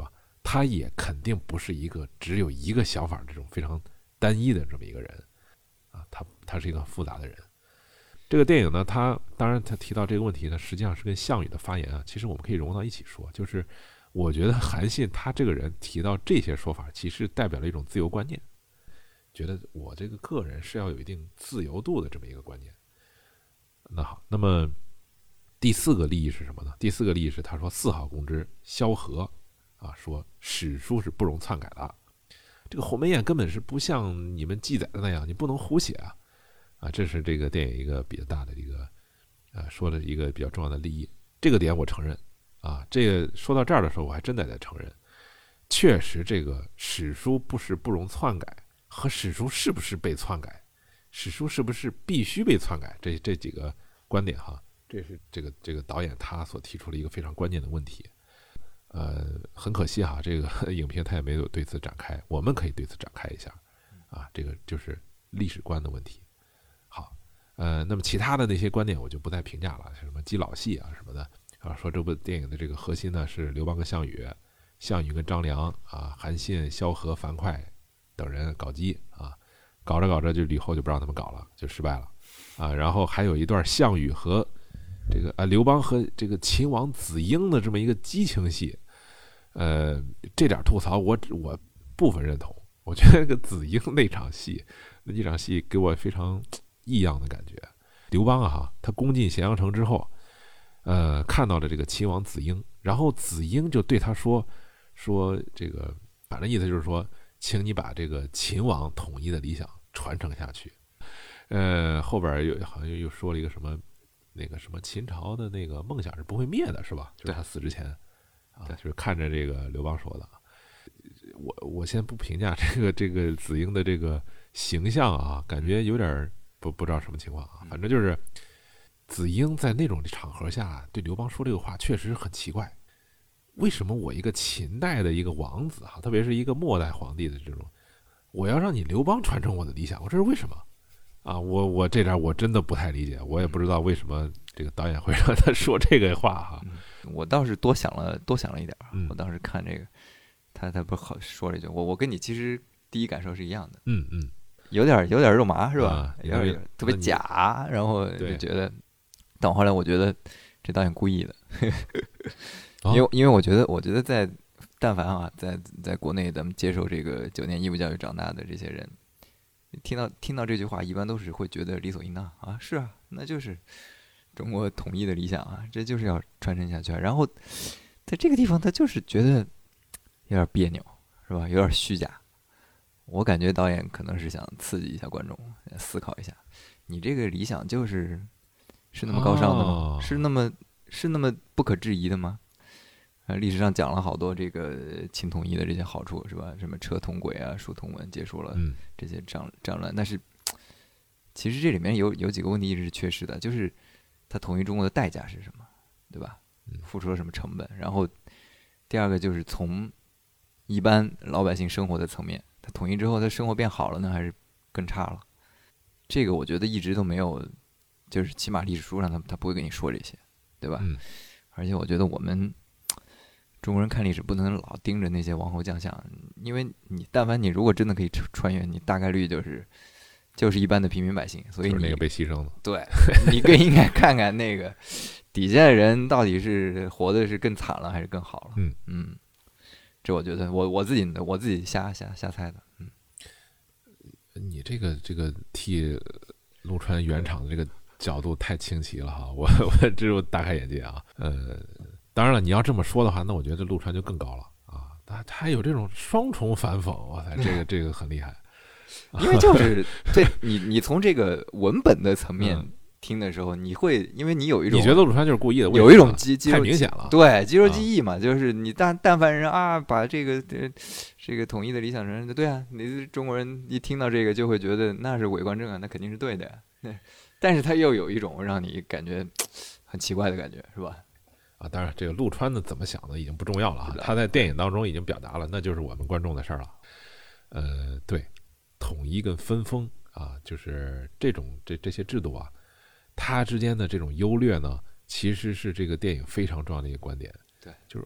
他也肯定不是一个只有一个想法这种非常单一的这么一个人啊，他是一个很复杂的人。这个电影呢，当然他提到这个问题呢，实际上是跟项羽的发言啊，其实我们可以融到一起说，就是我觉得韩信他这个人提到这些说法，其实代表了一种自由观念，觉得我这个个人是要有一定自由度的这么一个观念。那好，那么第4个利益是什么呢？第4个利益是他说4号公之萧何啊，说史书是不容篡改的，这个鸿门宴根本是不像你们记载的那样，你不能胡写啊，这是这个电影一个比较大的一个说的一个比较重要的利益。这个点我承认啊，这个说到这儿的时候，我还真得承认，确实这个史书不容篡改和史书是不是被篡改，史书是不是必须被篡改，这几个观点哈，这是这个导演他所提出了一个非常关键的问题。很可惜哈，这个影片他也没有对此展开，我们可以对此展开一下啊，这个就是历史观的问题。好，那么其他的那些观点我就不再评价了，什么基佬戏啊什么的啊，说这部电影的这个核心呢是刘邦跟项羽，项羽跟张良啊，韩信、萧何、樊哙等人搞基啊，搞着搞着就吕后就不让他们搞了，就失败了啊，然后还有一段项羽和这个刘邦和这个秦王子婴的这么一个激情戏，这点吐槽我部分认同，我觉得这个子婴那场戏给我非常异样的感觉。刘邦啊，他攻进咸阳城之后，看到了这个秦王子婴，然后子婴就对他说这个，反正意思就是说，请你把这个秦王统一的理想传承下去。后边好像又说了一个什么，那个什么秦朝的那个梦想是不会灭的，是吧？就是他死之前啊，就是看着这个刘邦说的。我先不评价这个子婴的这个形象啊，感觉有点不知道什么情况啊，反正就是子婴在那种场合下对刘邦说这个话确实很奇怪。为什么我一个秦代的一个王子哈，特别是一个末代皇帝的这种，我要让你刘邦传承我的理想，我这是为什么啊？我这点我真的不太理解，我也不知道为什么这个导演会让他说这个话哈。 我倒是多想了一点。我当时看这个，他不是好说了一句，我跟你其实第一感受是一样的，有点肉麻是吧？有点特别假，然后就觉得，但后来我觉得这导演故意的，因为我觉得但凡啊，在国内咱们接受这个9年义务教育长大的这些人，听到这句话，一般都是会觉得理所应当啊，是啊，那就是中国统一的理想啊，这就是要传承下去。然后在这个地方，他就是觉得有点别扭，是吧？有点虚假。我感觉导演可能是想刺激一下观众，思考一下，你这个理想是那么高尚的吗？是那么不可质疑的吗？历史上讲了好多这个秦统一的这些好处，是吧？什么车同轨啊，书同文，结束了这些战乱。但是其实这里面有几个问题一直是缺失的，就是他统一中国的代价是什么，对吧？付出了什么成本？然后第二个就是从一般老百姓生活的层面，他统一之后，他生活变好了呢，还是更差了？这个我觉得一直都没有，就是起码历史书上他不会跟你说这些，对吧？而且我觉得我们中国人看历史不能老盯着那些王侯将相，因为但凡你如果真的可以穿越，你大概率就是一般的平民百姓，所以你那个被牺牲了。对， 你更应该看看那个底下的人到底是活的是更惨了还是更好了。这我觉得我自己瞎猜的。 你这个替陆川原厂的这个角度太清奇了哈，我这就大开眼界啊。当然了，你要这么说的话，那我觉得陆川就更高了啊，他有这种双重反讽，哇塞，这个很厉害。 因为就是对你从这个文本的层面听的时候，你会因为你有一种， 你觉得陆川就是故意的， 有一种太明显了， 对，肌肉记忆嘛，就是你但凡人啊，把这个统一的理想人，对啊，你中国人一听到这个就会觉得那是伪观正啊，那肯定是对的呀。但是他又有一种让你感觉很奇怪的感觉，是吧？ 啊，当然，这个陆川的怎么想的已经不重要了啊，他在电影当中已经表达了，那就是我们观众的事儿了。对，统一跟分封啊，就是这些制度啊，它之间的这种优劣呢，其实是这个电影非常重要的一个观点。 对， 就是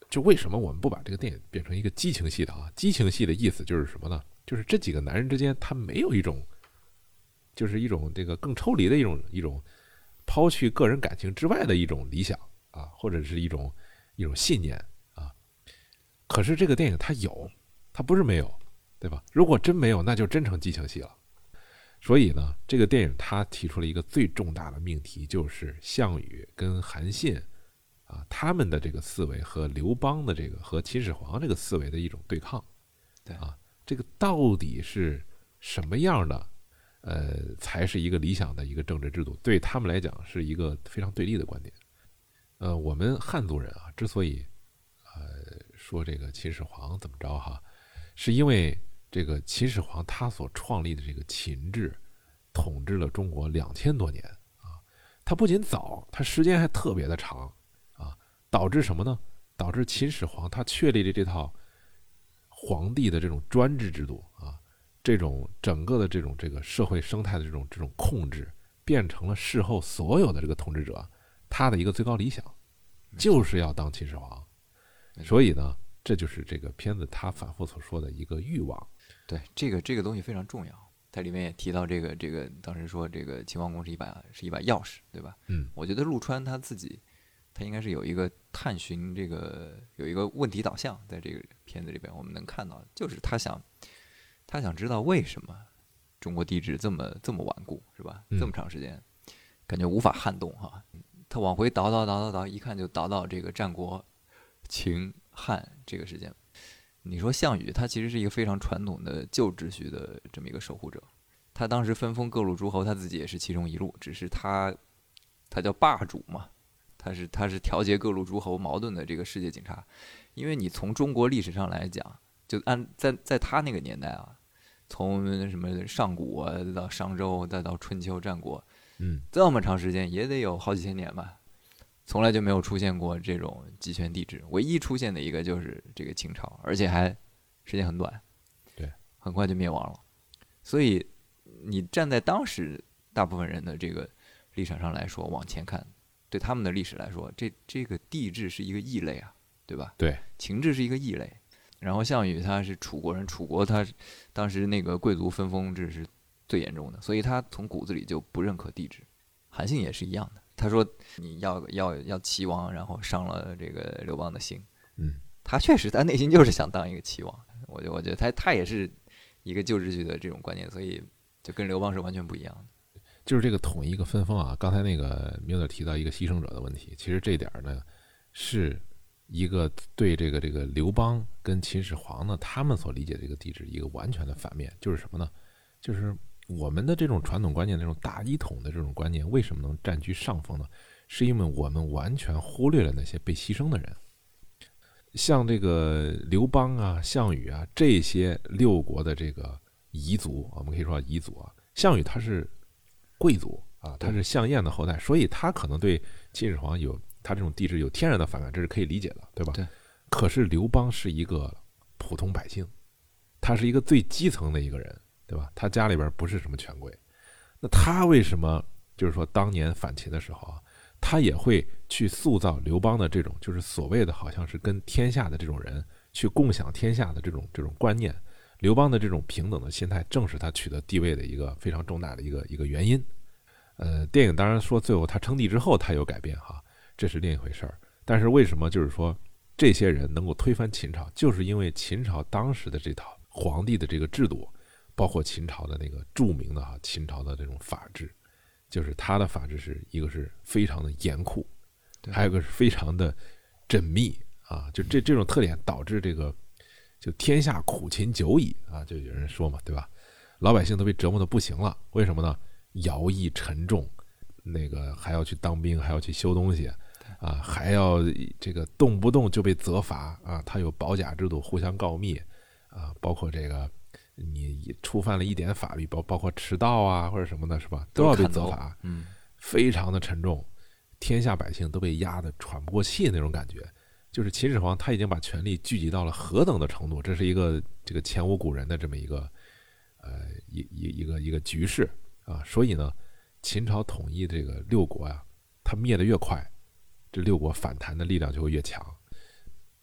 就为什么我们不把这个电影变成一个激情戏的啊？激情戏的意思就是什么呢？就是这几个男人之间，他没有一种，就是一种这个更抽离的一种抛去个人感情之外的一种理想啊，或者是一种信念啊。可是这个电影它有，它不是没有，对吧？如果真没有，那就真成激情戏了。所以呢，这个电影它提出了一个最重大的命题，就是项羽跟韩信啊，他们的这个思维和刘邦的这个和秦始皇这个思维的一种对抗。 对啊，这个到底是什么样的才是一个理想的一个政治制度？对他们来讲是一个非常对立的观点。我们汉族人啊，之所以说这个秦始皇怎么着哈，是因为这个秦始皇他所创立的这个秦制，统治了中国2000多年啊。他不仅早，他时间还特别的长啊，导致什么呢？导致秦始皇他确立的这套皇帝的这种专制制度啊，这种整个的这个社会生态的这种控制，变成了事后所有的这个统治者他的一个最高理想，就是要当秦始皇。所以呢，这就是这个片子他反复所说的一个欲望。 对，这个东西非常重要。它里面也提到这个当时说这个秦王宫是一把钥匙，对吧？我觉得陆川他自己，他应该是有一个探寻有一个问题导向，在这个片子里边我们能看到，就是他想知道为什么中国帝制这么顽固，是吧？这么长时间感觉无法撼动哈。他往回倒，一看就倒到这个战国秦汉这个时间。你说项羽他其实是一个非常传统的旧秩序的这么一个守护者，他当时分封各路诸侯，他自己也是其中一路，只是他叫霸主嘛，他是调节各路诸侯矛盾的这个世界警察。因为你从中国历史上来讲，就在他那个年代啊，从什么上古啊到商周再到春秋战国，这么长时间也得有好几千年吧，从来就没有出现过这种集权帝制，唯一出现的一个就是这个秦朝，而且还时间很短， 对，很快就灭亡了。所以你站在当时大部分人的这个立场上来说，往前看，对他们的历史来说，这个帝制是一个异类啊，对吧？ 对， 秦制是一个异类。然后项羽他是楚国人，楚国他当时那个贵族分封制是最严重的，所以他从骨子里就不认可帝制。韩信也是一样的。他说你要齐王，然后伤了这个刘邦的心。他确实他内心就是想当一个齐王。我觉得他也是一个旧秩序的这种观念，所以就跟刘邦是完全不一样的。 就是这个统一一个分封啊，刚才那个米勒提到一个牺牲者的问题，其实这点呢是一个对这个刘邦跟秦始皇呢他们所理解的这个帝制一个完全的反面，就是什么呢？就是我们的这种传统观念，这种大一统的这种观念，为什么能占据上风呢？是因为我们完全忽略了那些被牺牲的人，像这个刘邦啊、项羽啊这些六国的这个彝族，我们可以说彝族啊，项羽他是贵族啊，他是项燕的后代，所以他可能对秦始皇有他这种帝制有天然的反感，这是可以理解的，对吧？ 对。 可是刘邦是一个普通百姓，他是一个最基层的一个人。对吧？他家里边不是什么权贵，那他为什么就是说当年反秦的时候啊，他也会去塑造刘邦的这种就是所谓的好像是跟天下的这种人去共享天下的这种观念？刘邦的这种平等的心态，正是他取得地位的一个非常重大的一个原因。电影当然说最后他称帝之后他有改变哈，这是另一回事儿。但是为什么就是说这些人能够推翻秦朝，就是因为秦朝当时的这套皇帝的这个制度。包括秦朝的那个著名的秦朝的这种法制，就是他的法制是一个是非常的严酷，还有一个是非常的缜密啊，就这种特点导致这个就天下苦秦久矣啊，就有人说嘛，对吧？老百姓都被折磨的不行了，为什么呢？徭役沉重，那个还要去当兵，还要去修东西啊，还要这个动不动就被责罚啊，他有保甲制度，互相告密啊，包括这个。你触犯了一点法律，包括迟到啊或者什么的，是吧？都要被责罚，非常的沉重，天下百姓都被压得喘不过气那种感觉。就是秦始皇他已经把权力聚集到了何等的程度，这是一个这个前无古人的这么一个一个局势啊。所以呢，秦朝统一这个六国啊，它灭得越快，这六国反弹的力量就会越强。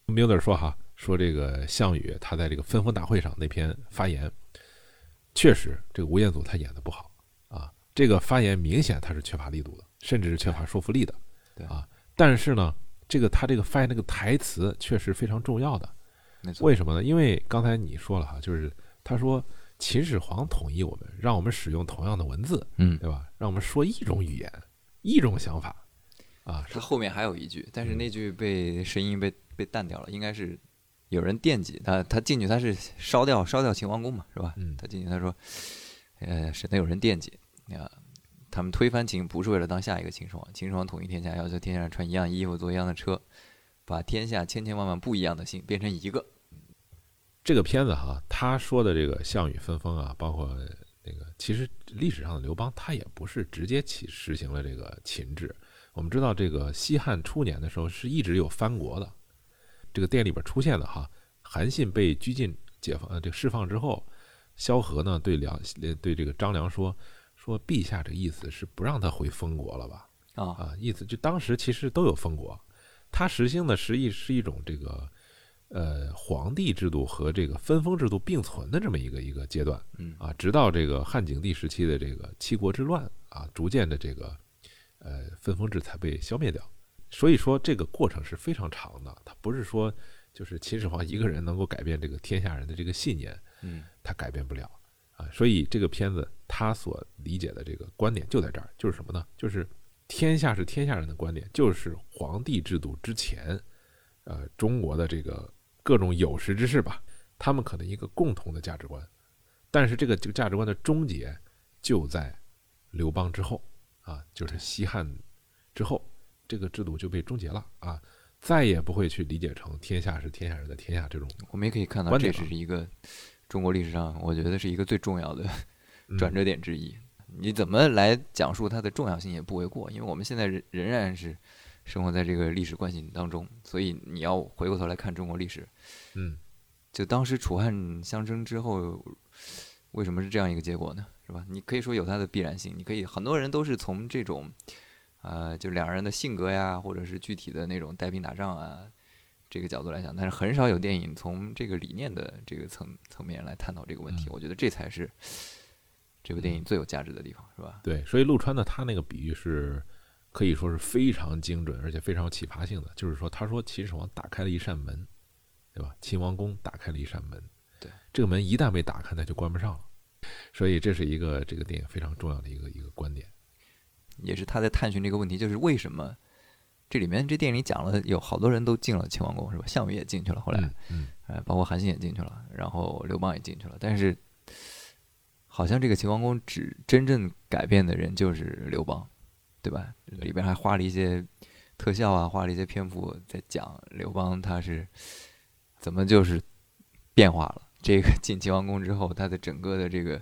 Miller 说哈，说这个项羽他在这个分封大会上那篇发言，确实这个吴彦祖他演的不好啊，这个发言明显他是缺乏力度的，甚至是缺乏说服力的， 对啊，但是呢，他这个发言这个台词确实非常重要的， 没错。 为什么呢？因为刚才你说了哈，就是他说秦始皇统一我们，让我们使用同样的文字，对吧？让我们说一种语言，一种想法，啊， 他后面还有一句，但是那句声音被淡掉了，应该是有人惦记他进去，他是烧掉秦王宫嘛，是吧？他进去他说，省得有人惦记啊。他们推翻秦不是为了当下一个秦始皇，秦始皇统一天下，要求天下人穿一样衣服，坐一样的车，把天下千千万万不一样的姓变成一个。 这个片子哈，他说的这个项羽分封啊，包括那个，其实历史上的刘邦他也不是直接实行了这个秦制。我们知道这个西汉初年的时候是一直有藩国的，这个电影里边出现的哈，韩信被拘禁这个释放之后，萧何呢对这个张良说陛下这个意思是不让他回封国了吧？意思就当时其实都有封国，他实行的实际是一种这个皇帝制度和这个分封制度并存的这么一个阶段，直到这个汉景帝时期的这个七国之乱啊，逐渐的这个分封制才被消灭掉。所以说这个过程是非常长的，它不是说就是秦始皇一个人能够改变这个天下人的这个信念，他改变不了啊。所以这个片子他所理解的这个观点就在这儿，就是什么呢？就是天下是天下人的观点，就是皇帝制度之前，中国的这个各种有识之士吧，他们可能一个共同的价值观，但是这个价值观的终结就在刘邦之后啊，就是西汉之后，这个制度就被终结了啊，再也不会去理解成天下是天下人的天下这种。 我们也可以看到，这是一个中国历史上，我觉得是一个最重要的转折点之一。你怎么来讲述它的重要性也不为过，因为我们现在仍然是生活在这个历史惯性当中，所以你要回过头来看中国历史，就当时楚汉相争之后，为什么是这样一个结果呢？是吧？你可以说有它的必然性，你可以很多人都是从这种，就两人的性格呀，或者是具体的那种带兵打仗啊，这个角度来讲，但是很少有电影从这个理念的这个层面来探讨这个问题。我觉得这才是这部电影最有价值的地方，是吧？ 对，所以陆川呢，他那个比喻是可以说是非常精准，而且非常有启发性的。就是说，他说秦始皇打开了一扇门，对吧？秦王宫打开了一扇门， 对， 这个门一旦被打开，那就关不上了。所以这是一个这个电影非常重要的一个观点， 也是他在探寻这个问题，就是为什么这里面这电影里讲了有好多人都进了秦王宫，是吧？项羽也进去了，后来，包括韩信也进去了，然后刘邦也进去了，但是好像这个秦王宫真正改变的人就是刘邦，对吧？里边还花了一些特效啊，花了一些篇幅在讲刘邦他是怎么就是变化了。这个进秦王宫之后，他的整个的这个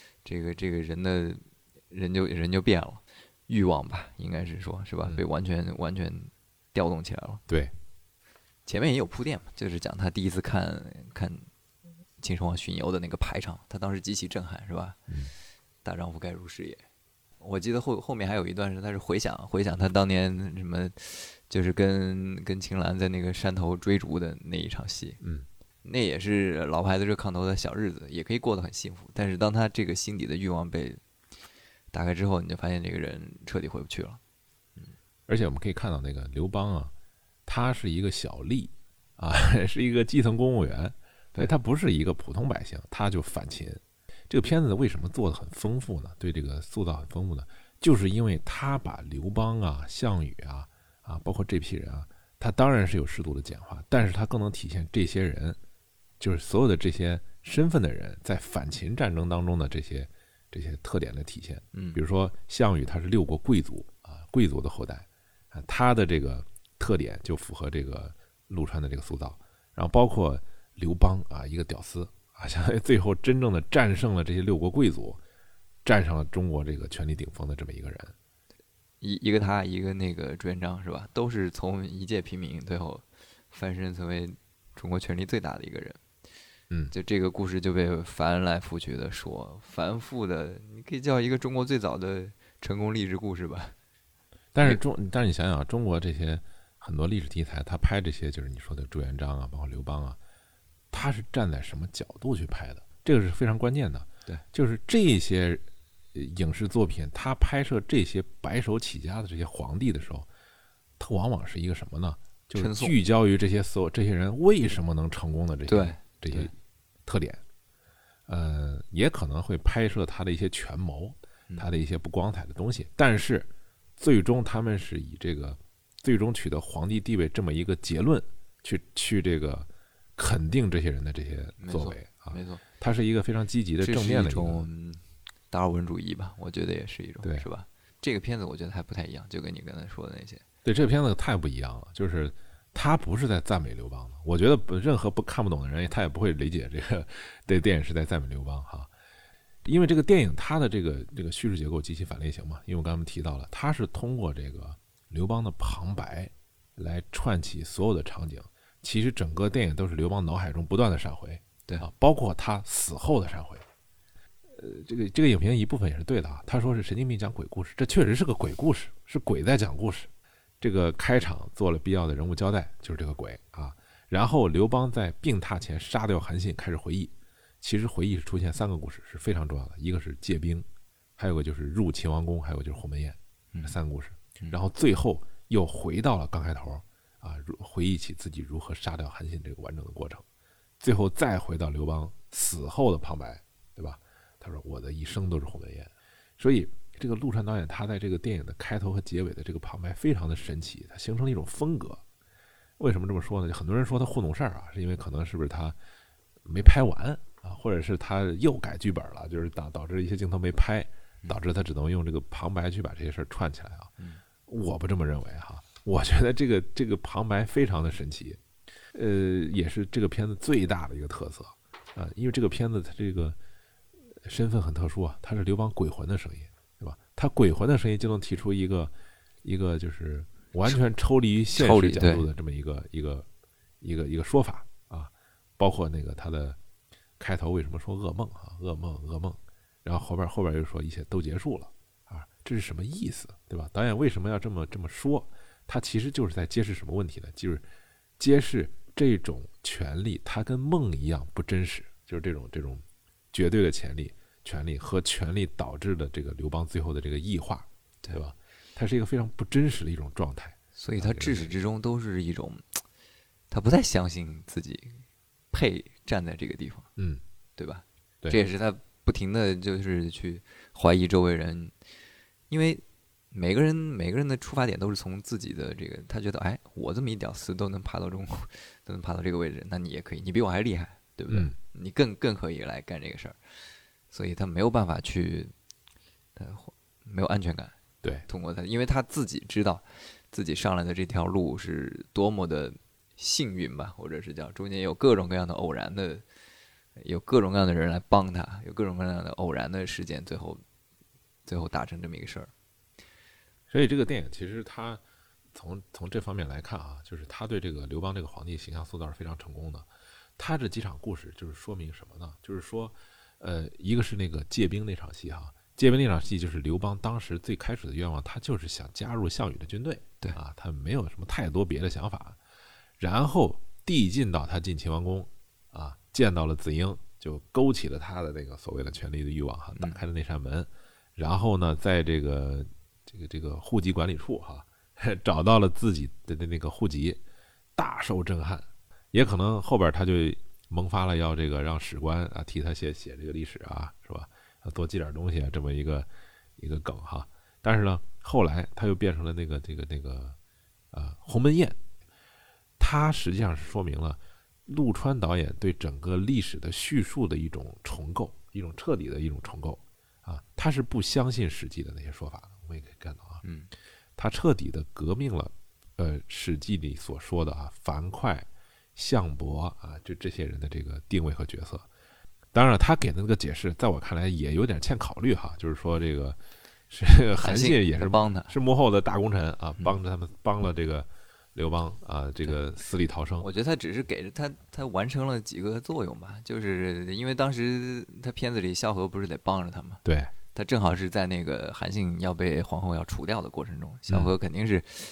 人就变了，欲望吧，应该是说，是吧？被完全调动起来了。 对， 前面也有铺垫嘛，就是讲他第一次看秦始皇巡游的那个排场，他当时极其震撼，是吧？大丈夫该如是也。我记得后面还有一段是他是回想他当年什么，就是跟秦岚在那个山头追逐的那一场戏。那也是老牌子热炕头的小日子，也可以过得很幸福。但是当他这个心底的欲望被打开之后，你就发现这个人彻底回不去了。 而且我们可以看到那个刘邦啊，他是一个小吏啊，是一个基层公务员，所以他不是一个普通百姓，他就反秦。这个片子为什么做得很丰富呢？对这个塑造很丰富呢？就是因为他把刘邦啊、项羽啊包括这批人啊，他当然是有适度的简化，但是他更能体现这些人，就是所有的这些身份的人在反秦战争当中的这些特点的体现。比如说项羽他是六国贵族啊，贵族的后代啊，他的这个特点就符合这个陆川的这个塑造。然后包括刘邦啊，一个屌丝啊，相当于最后真正的战胜了这些六国贵族，站上了中国这个权力顶峰的这么一个人。 一个他，一个那个朱元璋，是吧？都是从一介平民最后翻身成为中国权力最大的一个人。就这个故事就被翻来覆去的说，繁复的，你可以叫一个中国最早的成功励志故事吧。 但是你想想啊，中国这些很多历史题材，他拍这些就是你说的朱元璋啊，包括刘邦啊，他是站在什么角度去拍的，这个是非常关键的。 对， 就是这些影视作品，他拍摄这些白手起家的这些皇帝的时候，他往往是一个什么呢？就是聚焦于这些这些人为什么能成功的这些特点。也可能会拍摄他的一些权谋，他的一些不光彩的东西，但是最终他们是以这个最终取得皇帝地位这么一个结论去这个肯定这些人的这些作为啊， 没错， 它是一个非常积极的正面的一种达尔文主义吧，我觉得也是一种， 对， 是吧？这个片子我觉得还不太一样，就跟你刚才说的那些。 对，这个片子太不一样了，就是他不是在赞美刘邦的，我觉得任何看不懂的人，他也不会理解这电影是在赞美刘邦哈。因为这个电影它的这个叙事结构极其反类型嘛，因为我刚才提到了，它是通过这个刘邦的旁白来串起所有的场景，其实整个电影都是刘邦脑海中不断的闪回， 对啊，包括他死后的闪回。这个影评一部分也是对的啊，他说是神经病讲鬼故事，这确实是个鬼故事，是鬼在讲故事。这个开场做了必要的人物交代，就是这个鬼啊。然后刘邦在病榻前杀掉韩信，开始回忆。其实回忆是出现3个故事是非常重要的，一个是借兵，还有个就是入秦王宫，还有就是鸿门宴，这3个故事。然后最后又回到了刚开头啊，回忆起自己如何杀掉韩信这个完整的过程。最后再回到刘邦死后的旁白，对吧？他说我的一生都是鸿门宴。所以这个陆川导演他在这个电影的开头和结尾的这个旁白非常的神奇，它形成了一种风格。为什么这么说呢？很多人说他糊弄事儿啊，是因为可能是不是他没拍完啊，或者是他又改剧本了，就是导致一些镜头没拍，导致他只能用这个旁白去把这些事儿串起来啊。我不这么认为哈，我觉得这个旁白非常的神奇，也是这个片子最大的一个特色啊，因为这个片子它这个身份很特殊啊，它是刘邦鬼魂的声音，对吧？他鬼魂的声音就能提出一个就是完全抽离于现实角度的这么一个说法啊，包括那个他的开头为什么说噩梦啊，噩梦，然后后边又说一切都结束了啊，这是什么意思，对吧？导演为什么要这么说？他其实就是在揭示什么问题呢？就是揭示这种权利它跟梦一样不真实，就是这种绝对的权利和权力导致的这个刘邦最后的这个异化，对吧？它是一个非常不真实的一种状态， 所以他至始至终都是一种，他不太相信自己配站在这个地方，对吧？ 对， 这也是他不停的就是去怀疑周围人，因为每个人的出发点都是从自己的这个，他觉得哎，我这么一屌丝都能爬到中国，都能爬到这个位置，那你也可以，你比我还厉害，对不对？你更可以来干这个事儿，所以他没有办法去，没有安全感。 对， 通过他，因为他自己知道自己上来的这条路是多么的幸运吧，或者是叫中间有各种各样的偶然的，有各种各样的人来帮他，有各种各样的偶然的事件，最后达成这么一个事儿。 所以这个电影其实它从这方面来看啊，就是他对这个刘邦这个皇帝形象塑造是非常成功的。他这几场故事就是说明什么呢？就是说，一个是那个借兵那场戏哈，借兵那场戏就是刘邦当时最开始的愿望，他就是想加入项羽的军队， 对啊，他没有什么太多别的想法。然后递进到他进秦王宫啊，见到了子婴，就勾起了他的那个所谓的权力的欲望哈，打开了那扇门。然后呢，在这个户籍管理处哈，找到了自己的那个户籍，大受震撼。也可能后边他就萌发了要这个让史官啊替他写这个历史啊，是吧？要多记点东西啊，这么一个梗哈。但是呢，后来他又变成了那个鸿门宴，它实际上是说明了陆川导演对整个历史的叙述的一种重构，一种彻底的一种重构啊。他是不相信史记的那些说法的，我们也可以看到啊，他彻底的革命了史记里所说的啊樊哙、项伯啊，就这些人的这个定位和角色。当然他给的那个解释在我看来也有点欠考虑哈，就是说这个是韩信也是帮他， 是幕后的大功臣啊，帮着他们，帮了这个刘邦啊，这个死里逃生。 我觉得他只是给着他完成了几个作用吧，就是因为当时他片子里萧何不是得帮着他吗？ 对， 他正好是在那个韩信要被皇后要除掉的过程中，萧何肯定是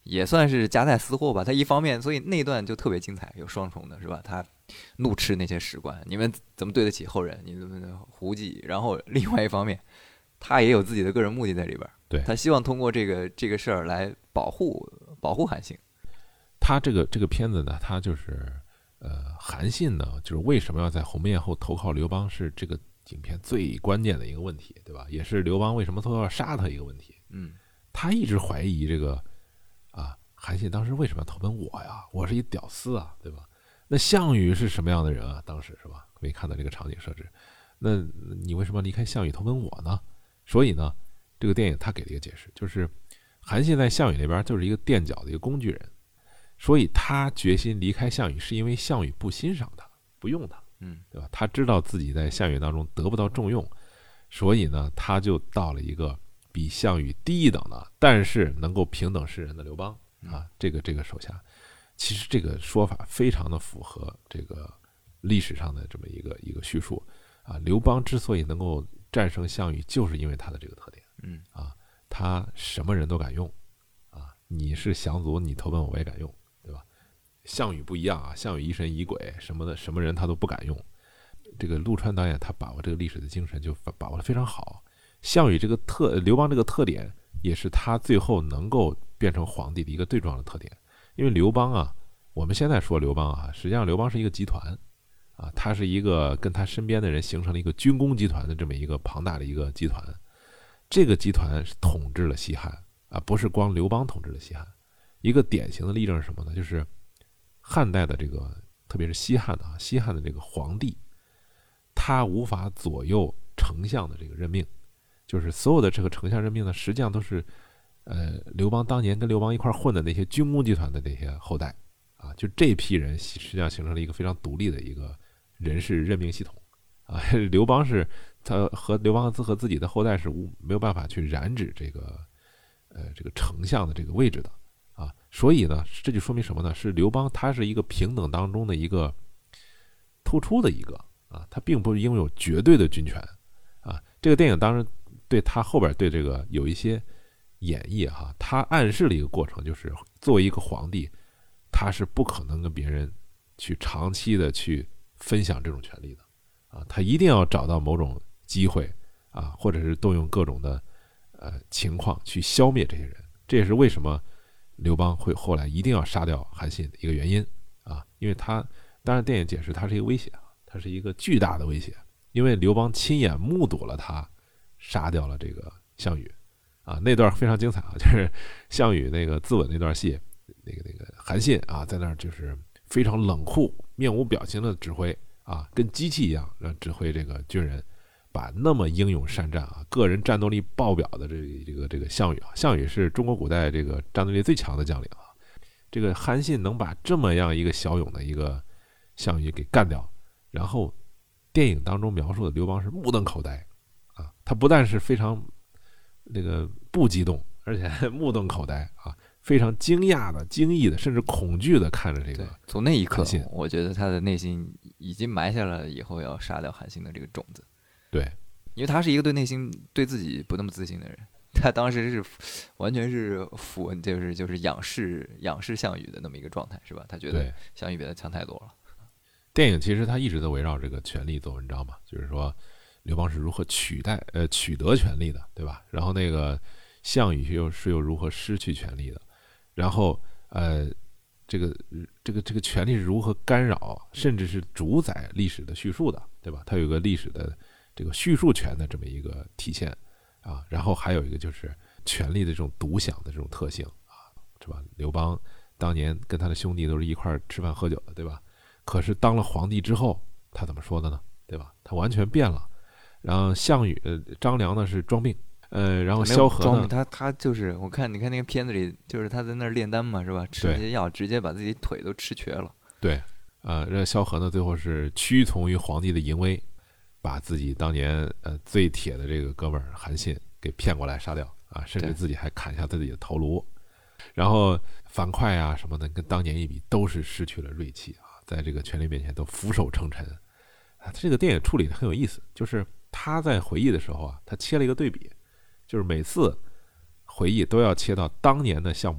也算是夹带私货吧。他一方面，所以那段就特别精彩，有双重的是吧？他怒斥那些史官，你们怎么对得起后人？你怎么胡记？然后另外一方面，他也有自己的个人目的在里边。 对， 他希望通过这个事儿来保护韩信。 他这个片子呢，他就是韩信呢，就是为什么要在鸿门宴后投靠刘邦，是这个影片最关键的一个问题，对吧？也是刘邦为什么都要杀他一个问题。他一直怀疑这个韩信当时为什么要投奔我呀？我是一屌丝啊，对吧？那项羽是什么样的人啊？当时是吧？没看到这个场景设置，那你为什么要离开项羽投奔我呢？所以呢，这个电影他给了一个解释，就是韩信在项羽那边就是一个垫脚的一个工具人，所以他决心离开项羽，是因为项羽不欣赏他，不用他，对吧？他知道自己在项羽当中得不到重用，所以呢，他就到了一个比项羽低一等的，但是能够平等世人的刘邦这个手下。其实这个说法非常的符合这个历史上的这么一个叙述刘邦之所以能够战胜项羽，就是因为他的这个特点，他什么人都敢用你是降卒，你投奔我也敢用，对吧？项羽不一样项羽疑神疑鬼什么的，什么人他都不敢用。这个陆川导演他把握这个历史的精神就把握得非常好。项羽刘邦这个特点，也是他最后能够变成皇帝的一个最重要的特点。因为刘邦我们现在说刘邦实际上刘邦是一个集团他是一个跟他身边的人形成了一个军工集团的这么一个庞大的一个集团。这个集团统治了西汉不是光刘邦统治了西汉。一个典型的例证是什么呢？就是汉代的这个，特别是西汉的这个皇帝，他无法左右丞相的这个任命，就是所有的这个丞相任命呢，实际上都是刘邦当年跟刘邦一块混的那些军工集团的那些后代就这批人实际上形成了一个非常独立的一个人事任命系统刘邦是他和刘邦和自己的后代是没有办法去染指这个丞相的这个位置的所以呢，这就说明什么呢？是刘邦他是一个平等当中的一个突出的一个他并不拥有绝对的军权这个电影当然对他后边对这个有一些演绎他暗示了一个过程，就是作为一个皇帝，他是不可能跟别人去长期的去分享这种权利的他一定要找到某种机会或者是动用各种的情况去消灭这些人。这也是为什么刘邦会后来一定要杀掉韩信的一个原因因为他当然电影解释他是一个威胁他是一个巨大的威胁，因为刘邦亲眼目睹了他杀掉了这个项羽那段非常精彩就是项羽那个自刎那段戏，那个韩信在那儿就是非常冷酷面无表情的指挥跟机器一样指挥这个军人，把那么英勇善战个人战斗力爆表的这个项羽项羽是中国古代这个战斗力最强的将领这个韩信能把这么样一个骁勇的一个项羽给干掉，然后电影当中描述的刘邦是目瞪口呆他不但是非常那个不激动，而且目瞪口呆非常惊讶的、惊异的，甚至恐惧的看着这个。 从那一刻，我觉得他的内心已经埋下了以后要杀掉韩信的这个种子。 对， 因为他是一个对自己不那么自信的人，他当时是完全是就是仰视项羽的那么一个状态，是吧？他觉得项羽比他强太多了。 电影其实他一直都围绕这个权力做文章嘛，就是说刘邦是如何取得权力的，对吧？然后那个项羽又如何失去权力的，然后这个权力是如何干扰甚至是主宰历史的叙述的，对吧？它有个历史的这个叙述权的这么一个体现然后还有一个就是权力的这种独享的这种特性是吧？刘邦当年跟他的兄弟都是一块吃饭喝酒的，对吧？可是当了皇帝之后，他怎么说的呢？对吧？他完全变了。然后张良呢是装病，然后萧何呢， 他就是你看那个片子里，就是他在那儿炼丹嘛，是吧？吃这些药，直接把自己腿都吃瘸了。 对，这萧何呢最后是屈从于皇帝的淫威，把自己当年最铁的这个哥们儿韩信给骗过来杀掉甚至自己还砍下自己的头颅。然后樊哙什么的，跟当年一比，都是失去了锐气在这个权力面前都俯首称臣这个电影处理的很有意思，就是他在回忆的时候他切了一个对比，就是每次回忆都要切到当年的项伯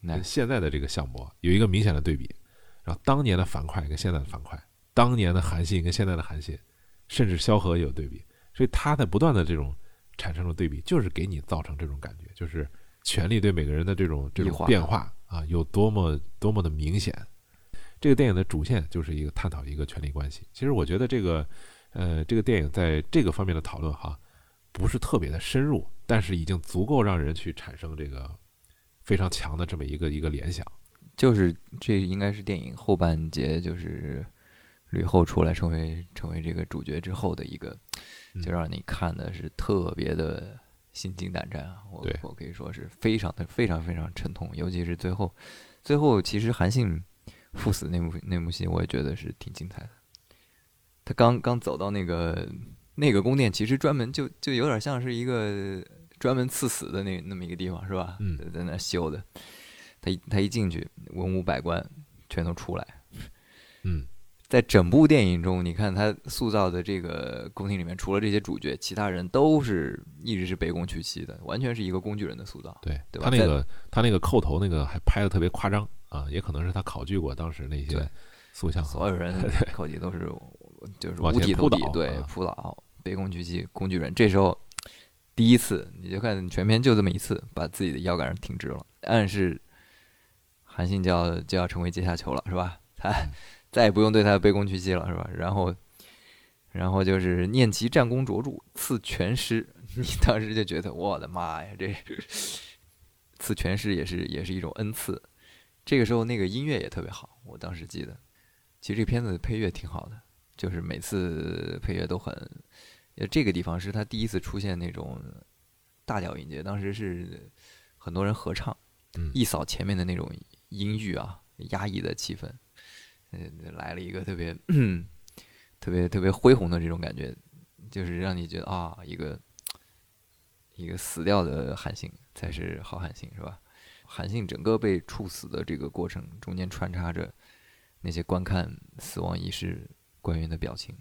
跟现在的这个项目有一个明显的对比。然后当年的樊哙跟现在的樊哙，当年的韩信跟现在的韩信，甚至萧何也有对比。所以他在不断的这种产生的对比，就是给你造成这种感觉，就是权力对每个人的这种变化啊，有多么的明显。这个电影的主线就是一个探讨一个权力关系。其实我觉得这个电影在这个方面的讨论哈，不是特别的深入，但是已经足够让人去产生这个非常强的这么一个联想。 就是这应该是电影后半节，就是吕后出来成为这个主角之后的一个，就让你看的是特别的心惊胆战啊！我可以说是非常沉痛，尤其是最后其实韩信赴死那幕戏，我也觉得是挺精彩的。他刚走到那个宫殿，其实专门就有点像是一个专门赐死的那么一个地方，是吧？在那修的。他一进去，文武百官全都出来。在整部电影中，你看他塑造的这个宫廷里面，除了这些主角，其他人都是一直是卑躬屈膝的，完全是一个工具人的塑造。 对吧？ 他那个叩头那个还拍的特别夸张啊，也可能是他考据过当时那些塑像， 所有人口技都是就是五体投地，对，扑倒，卑躬屈膝，工具人。这时候第一次，你就看全片就这么一次，把自己的腰杆挺直了，暗示韩信就要成为阶下囚了，是吧？他再也不用对他卑躬屈膝了，是吧？然后就是念其战功卓著，赐全师。你当时就觉得我的妈呀，这赐全师也是一种恩赐。这个时候那个音乐也特别好，我当时记得。其实这片子的配乐挺好的，就是每次配乐都很。这个地方是他第一次出现那种大调音阶，当时是很多人合唱，一扫前面的那种阴郁啊、压抑的气氛，来了一个特别恢宏的这种感觉，就是让你觉得啊，一个死掉的韩信才是好韩信，是吧？韩信整个被处死的这个过程中间穿插着那些观看死亡仪式官员的表情。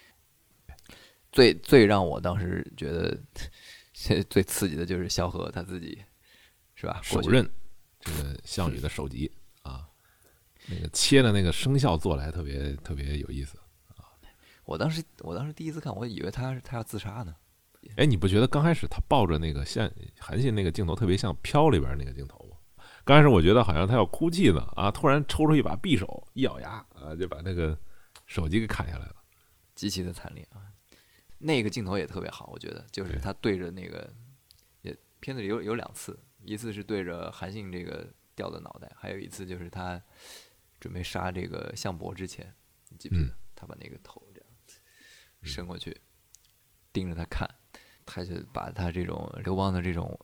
最让我当时觉得最刺激的就是萧何他自己，是吧？ 手刃这个项羽的首级啊，那个切的那个声效做来特别有意思啊。 我当时第一次看，我以为他要自杀呢。 哎，你不觉得刚开始他抱着那个像韩信那个镜头特别像《飘》里边那个镜头吗？刚开始我觉得好像他要哭泣呢啊，突然抽出一把匕首，一咬牙啊，就把那个手机给砍下来了， 极其的惨烈啊。那个镜头也特别好，我觉得就是他对着那个，片子里有两次，一次是对着韩信这个掉的脑袋，还有一次就是他准备杀这个项伯之前，你记不记得？他把那个头这样伸过去，盯着他看，他就把他这种刘邦的这种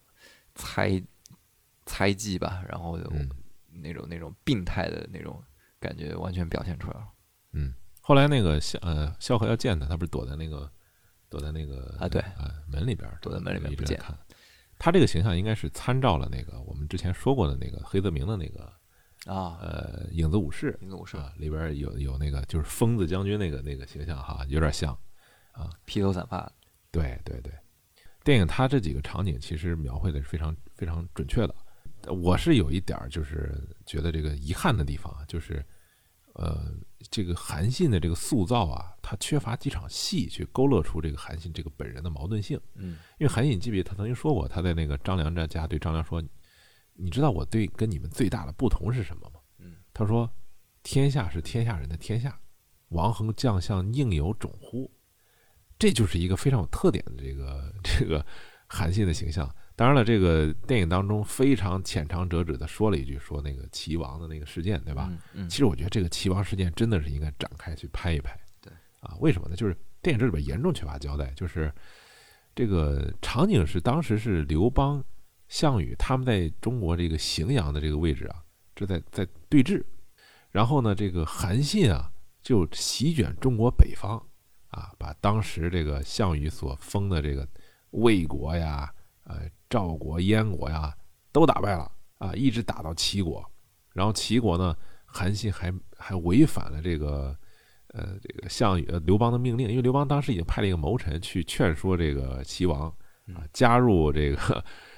猜忌吧，然后那种病态的那种感觉完全表现出来了。 后来那个萧何要见他，他不是躲在那个啊，对门里边， 躲在门里面不见。 他这个形象应该是参照了那个我们之前说过的那个黑泽明的那个影子武士里边有那个就是疯子将军那个形象哈，有点像啊， 披头散发。 对，电影它这几个场景其实描绘的是非常非常准确的。我是有一点就是觉得这个遗憾的地方，就是这个韩信的这个塑造啊，他缺乏几场戏去勾勒出这个韩信这个本人的矛盾性。因为韩信，你记不记得他曾经说过，他在那个张良家对张良说：“你知道我跟你们最大的不同是什么吗？”他说：“天下是天下人的天下，王侯将相宁有种乎？”这就是一个非常有特点的这个韩信的形象。当然了，这个电影当中非常浅尝辄止的说了一句，说那个齐王的那个事件，对吧？其实我觉得这个齐王事件真的是应该展开去拍一拍。 对啊，为什么呢？就是电影这里边严重缺乏交代，就是这个场景是当时是刘邦、项羽他们在中国这个荥阳的这个位置啊，这在对峙。然后呢，这个韩信啊就席卷中国北方啊，把当时这个项羽所封的这个魏国呀、赵国、燕国呀都打败了啊，一直打到齐国。然后齐国呢，韩信还违反了这个项羽刘邦的命令，因为刘邦当时已经派了一个谋臣去劝说这个齐王啊加入这个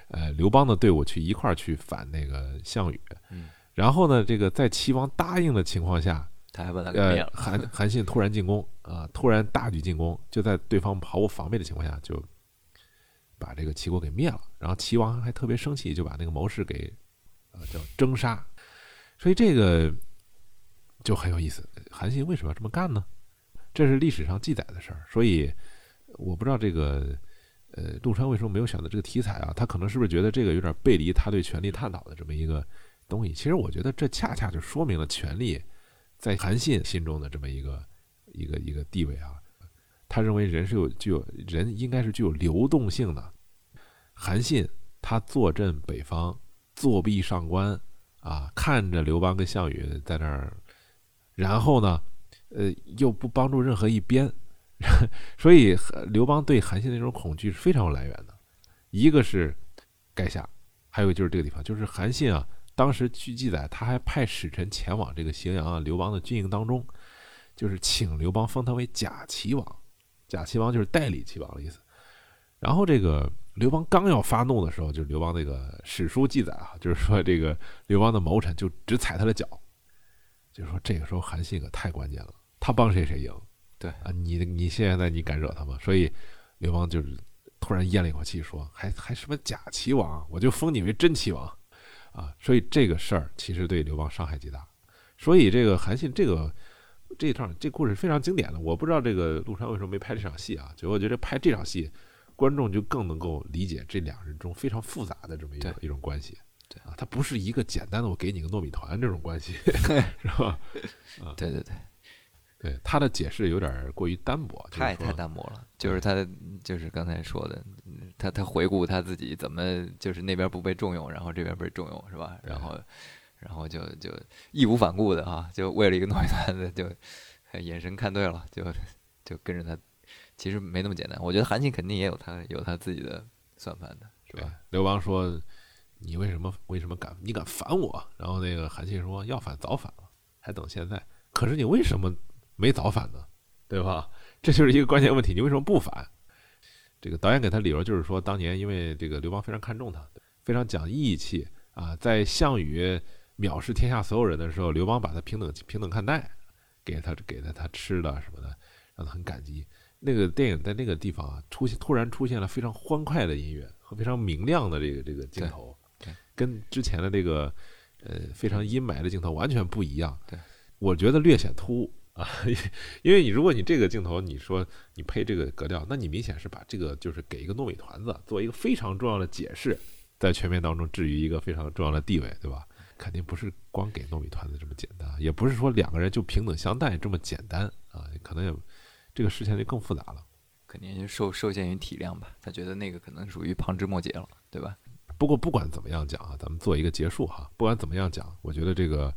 刘邦的队伍去一块儿去反那个项羽。然后呢，这个在齐王答应的情况下， 他还把他给灭了。 韩信突然进攻突然大举进攻，就在对方毫无防备的情况下，就把这个齐国给灭了。然后齐王还特别生气，就把那个谋士给叫征杀。所以这个就很有意思，韩信为什么要这么干呢？这是历史上记载的事儿，所以我不知道这个陆川为什么没有选择这个题材啊？他可能是不是觉得这个有点背离他对权力探讨的这么一个东西？其实我觉得这恰恰就说明了权力在韩信心中的这么一个地位啊。他认为人人应该是具有流动性的。韩信他坐镇北方，作壁上观看着刘邦跟项羽在那儿，然后呢又不帮助任何一边，所以刘邦对韩信的那种恐惧是非常有来源的。一个是垓下，还有就是这个地方，就是韩信当时据记载他还派使臣前往这个荥阳刘邦的军营当中，就是请刘邦封他为假齐王。假齐王就是代理齐王的意思。然后这个刘邦刚要发怒的时候，就是刘邦那个史书记载就是说这个刘邦的谋臣就只踩他的脚，就是说这个时候韩信可太关键了，他帮谁谁赢。 对你现在你敢惹他吗？所以刘邦就是突然咽了一口气说，还什么假齐王，我就封你为真齐王所以这个事儿其实对刘邦伤害极大。所以这个韩信这故事非常经典的。我不知道这个陆川为什么没拍这场戏就我觉得拍这场戏观众就更能够理解这两人中非常复杂的这么一种关系。 对它不是一个简单的我给你个糯米团这种关系是吧？对，他的解释有点过于单薄， 太单薄了。就是他就是刚才说的，他回顾他自己怎么就是那边不被重用，然后这边被重用是吧？然后就义无反顾的就为了一个糯米团子就眼神看对了，就跟着他。其实没那么简单，我觉得韩信肯定也有他自己的算盘的，是吧？ 刘邦说你为什么你敢反我？然后那个韩信说要反早反了，还等现在。可是你为什么没早反呢？对吧？这就是一个关键问题，你为什么不反？这个导演给他理由就是说，当年因为这个刘邦非常看重他，非常讲义气在项羽藐视天下所有人的时候，刘邦把他平等看待，给他吃的什么的，让他很感激。那个电影在那个地方突然出现了非常欢快的音乐和非常明亮的这个镜头，跟之前的这个非常阴霾的镜头完全不一样。 对， 我觉得略显突兀因为如果你这个镜头你说你配这个格调，那你明显是把这个就是给一个糯米团子做一个非常重要的解释，在全面当中置于一个非常重要的地位，对吧？肯定不是光给糯米团子这么简单，也不是说两个人就平等相待这么简单可能也这个事情就更复杂了， 肯定就受限于体量吧。他觉得那个可能属于旁枝末节了，对吧？ 不过不管怎么样讲咱们做一个结束不管怎么样讲，我觉得这个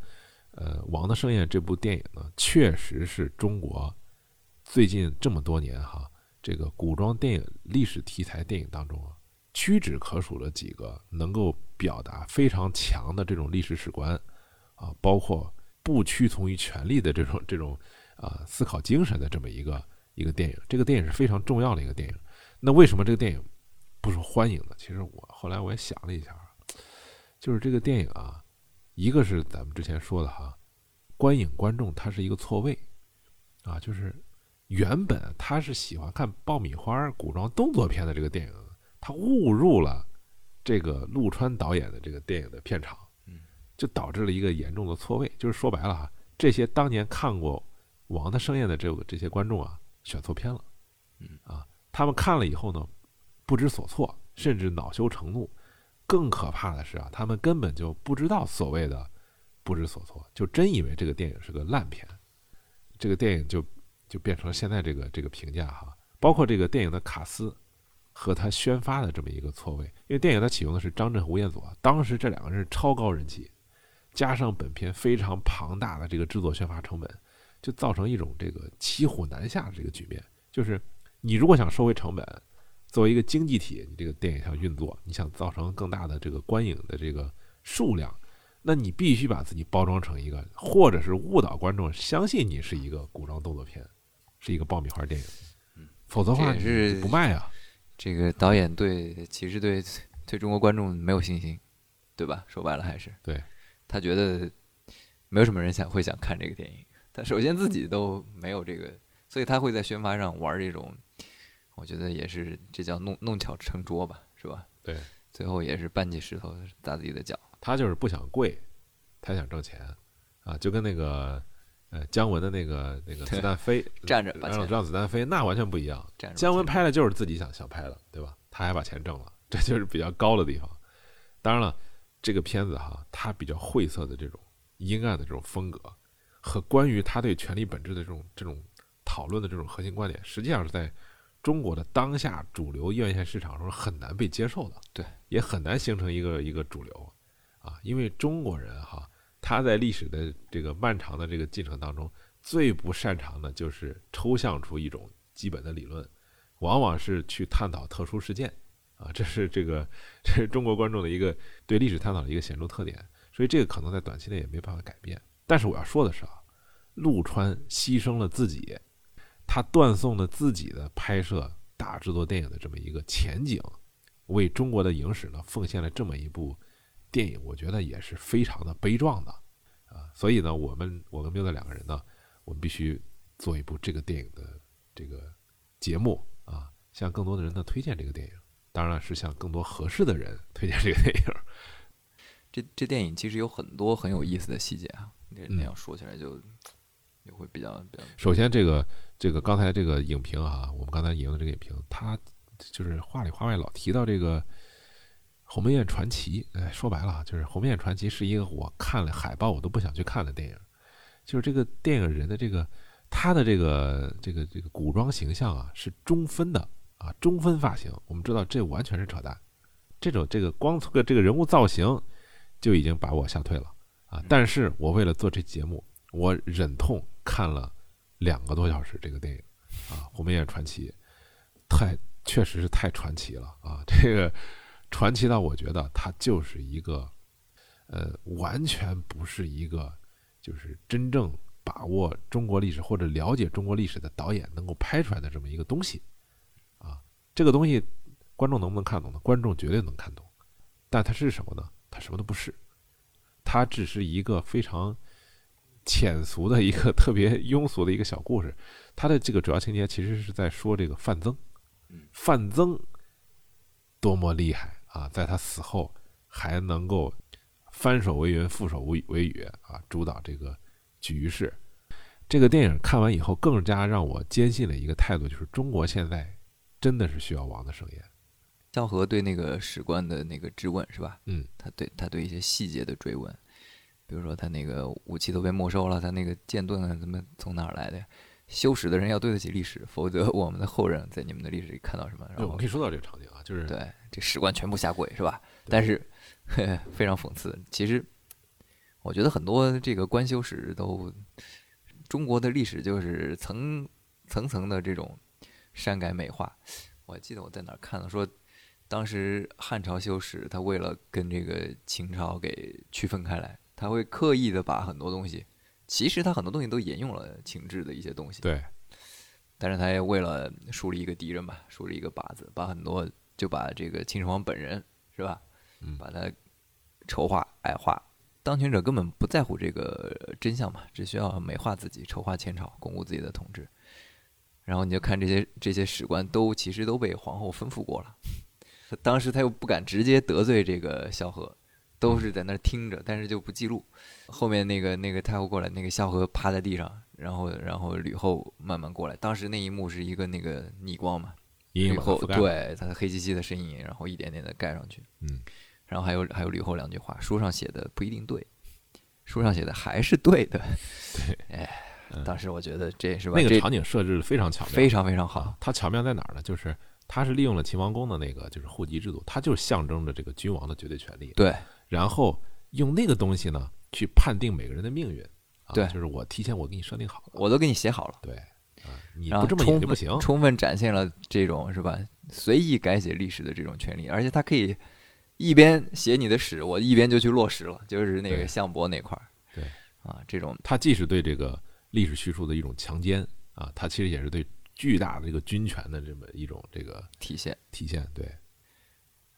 《王的盛宴》这部电影呢，确实是中国最近这么多年这个古装电影历史题材电影当中屈指可数的几个能够表达非常强的这种历史史观包括不屈从于权力的这种思考精神的这么一个电影。这个电影是非常重要的一个电影。那为什么这个电影不受欢迎呢？其实后来我也想了一下，就是这个电影一个是咱们之前说的观影观众他是一个错位就是原本他是喜欢看爆米花古装动作片的这个电影，他误入了这个陆川导演的这个电影的片场，就导致了一个严重的错位。就是说白了这些当年看过《王的盛宴》的这些观众选错片了，他们看了以后呢，不知所措，甚至恼羞成怒。更可怕的是他们根本就不知道所谓的不知所措，就真以为这个电影是个烂片。这个电影就变成了现在这个评价包括这个电影的卡斯和他宣发的这么一个错位。因为电影它启用的是张震和吴彦祖当时这两个人是超高人气，加上本片非常庞大的这个制作宣发成本，就造成一种这个骑虎难下的这个局面。就是你如果想收回成本，作为一个经济体，你这个电影想运作，你想造成更大的这个观影的这个数量，那你必须把自己包装成一个，或者是误导观众相信你是一个古装动作片，是一个爆米花电影，否则的话你不卖这个导演其实对对中国观众没有信心，对吧？说白了还是对， 他觉得没有什么人会想看这个电影，他首先自己都没有这个，所以他会在宣发上玩这种，我觉得也是这叫弄巧成拙吧，是吧？ 对， 最后也是搬起石头砸自己的脚。 他就是不想贵，他想挣钱啊，就跟那个姜文的那个子弹飞站着把钱让子弹飞，那完全不一样。姜文拍的就是自己想拍的，对吧？他还把钱挣了，这就是比较高的地方。当然了，这个片子哈，它比较晦涩的这种阴暗的这种风格，和关于他对权力本质的这种讨论的这种核心观点，实际上是在中国的当下主流院线市场中很难被接受的， 对， 也很难形成一个主流啊，因为中国人哈，他在历史的这个漫长的这个进程当中，最不擅长的就是抽象出一种基本的理论，往往是去探讨特殊事件啊，这是中国观众的一个对历史探讨的一个显著特点，所以这个可能在短期内也没办法改变。但是我要说的是啊，陆川牺牲了自己，他断送了自己的拍摄大制作电影的这么一个前景，为中国的影史呢奉献了这么一部电影，我觉得也是非常的悲壮的啊。所以呢，我跟缪德两个人呢，我们必须做一部这个电影的这个节目啊，向更多的人呢推荐这个电影，当然是向更多合适的人推荐这个电影。 这电影其实有很多很有意思的细节啊，那样说起来就会比较。 首先，这个刚才这个影评啊，我们刚才引用的这个影评，它就是话里话外老提到这个《鸿门宴传奇》。说白了，就是《鸿门宴传奇》是一个我看了海报我都不想去看的电影。就是这个电影人的他的这个古装形象啊，是中分的啊，中分发型。我们知道这完全是扯淡，光这个人物造型就已经把我吓退了啊！但是我为了做这节目，我忍痛看了2个多小时这个电影啊，《鸿门宴传奇》确实是太传奇了啊！这个传奇到我觉得它就是一个完全不是一个就是真正把握中国历史或者了解中国历史的导演能够拍出来的这么一个东西啊！这个东西观众能不能看懂呢？观众绝对能看懂，但它是什么呢？它什么都不是，它只是一个非常浅俗的一个特别庸俗的一个小故事。它的这个主要情节其实是在说这个范增多么厉害啊，在他死后还能够翻手为云覆手为雨啊，主导这个局势。这个电影看完以后更加让我坚信了一个态度，就是中国现在真的是需要王的盛宴。 萧何对那个史官的那个质问是吧？他对一些细节的追问，比如说他那个武器都被没收了，他那个剑盾啊怎么从哪儿来的呀？修史的人要对得起历史，否则我们的后人在你们的历史里看到什么？然后我们可以说到这个场景啊，就是对这史官全部下跪是吧？但是非常讽刺。其实我觉得很多这个官修史中国的历史就是层层的这种删改美化。我还记得我在哪儿看了说。当时汉朝修史，他为了跟这个秦朝给区分开来，他会刻意的把很多东西，其实他很多东西都沿用了秦制的一些东西。 对， 但是他也为了树立一个敌人吧，树立一个靶子，就把这个秦始皇本人是吧，把他丑化、矮化。当权者根本不在乎这个真相嘛，只需要美化自己，丑化前朝，巩固自己的统治。然后你就看这些史官其实都被皇后吩咐过了。当时他又不敢直接得罪这个萧何，都是在那儿听着，但是就不记录。后面那个太后过来，那个萧何趴在地上，然后吕后慢慢过来。当时那一幕是一个那个逆光嘛，吕后对他黑漆漆的身影，然后一点点的盖上去。然后还有吕后2句话，书上写的不一定对，书上写的还是对的。 对， 当时我觉得这是吧？ 那个场景设置非常巧妙， 非常非常好。 它巧妙在哪儿呢？就是他是利用了秦王宫的那个就是户籍制度，它就是象征着这个君王的绝对权利。 对， 然后用那个东西呢去判定每个人的命运。 对， 就是我提前给你设定好了， 我都给你写好了。 对，你不这么演就不行。 充分展现了这种是吧随意改写历史的这种权利，而且他可以一边写你的史，我一边就去落实了，就是那个项伯那块儿。 对这种他既是对这个历史叙述的一种强奸啊，他其实也是对巨大的这个军权的这么一种这个体现。 对，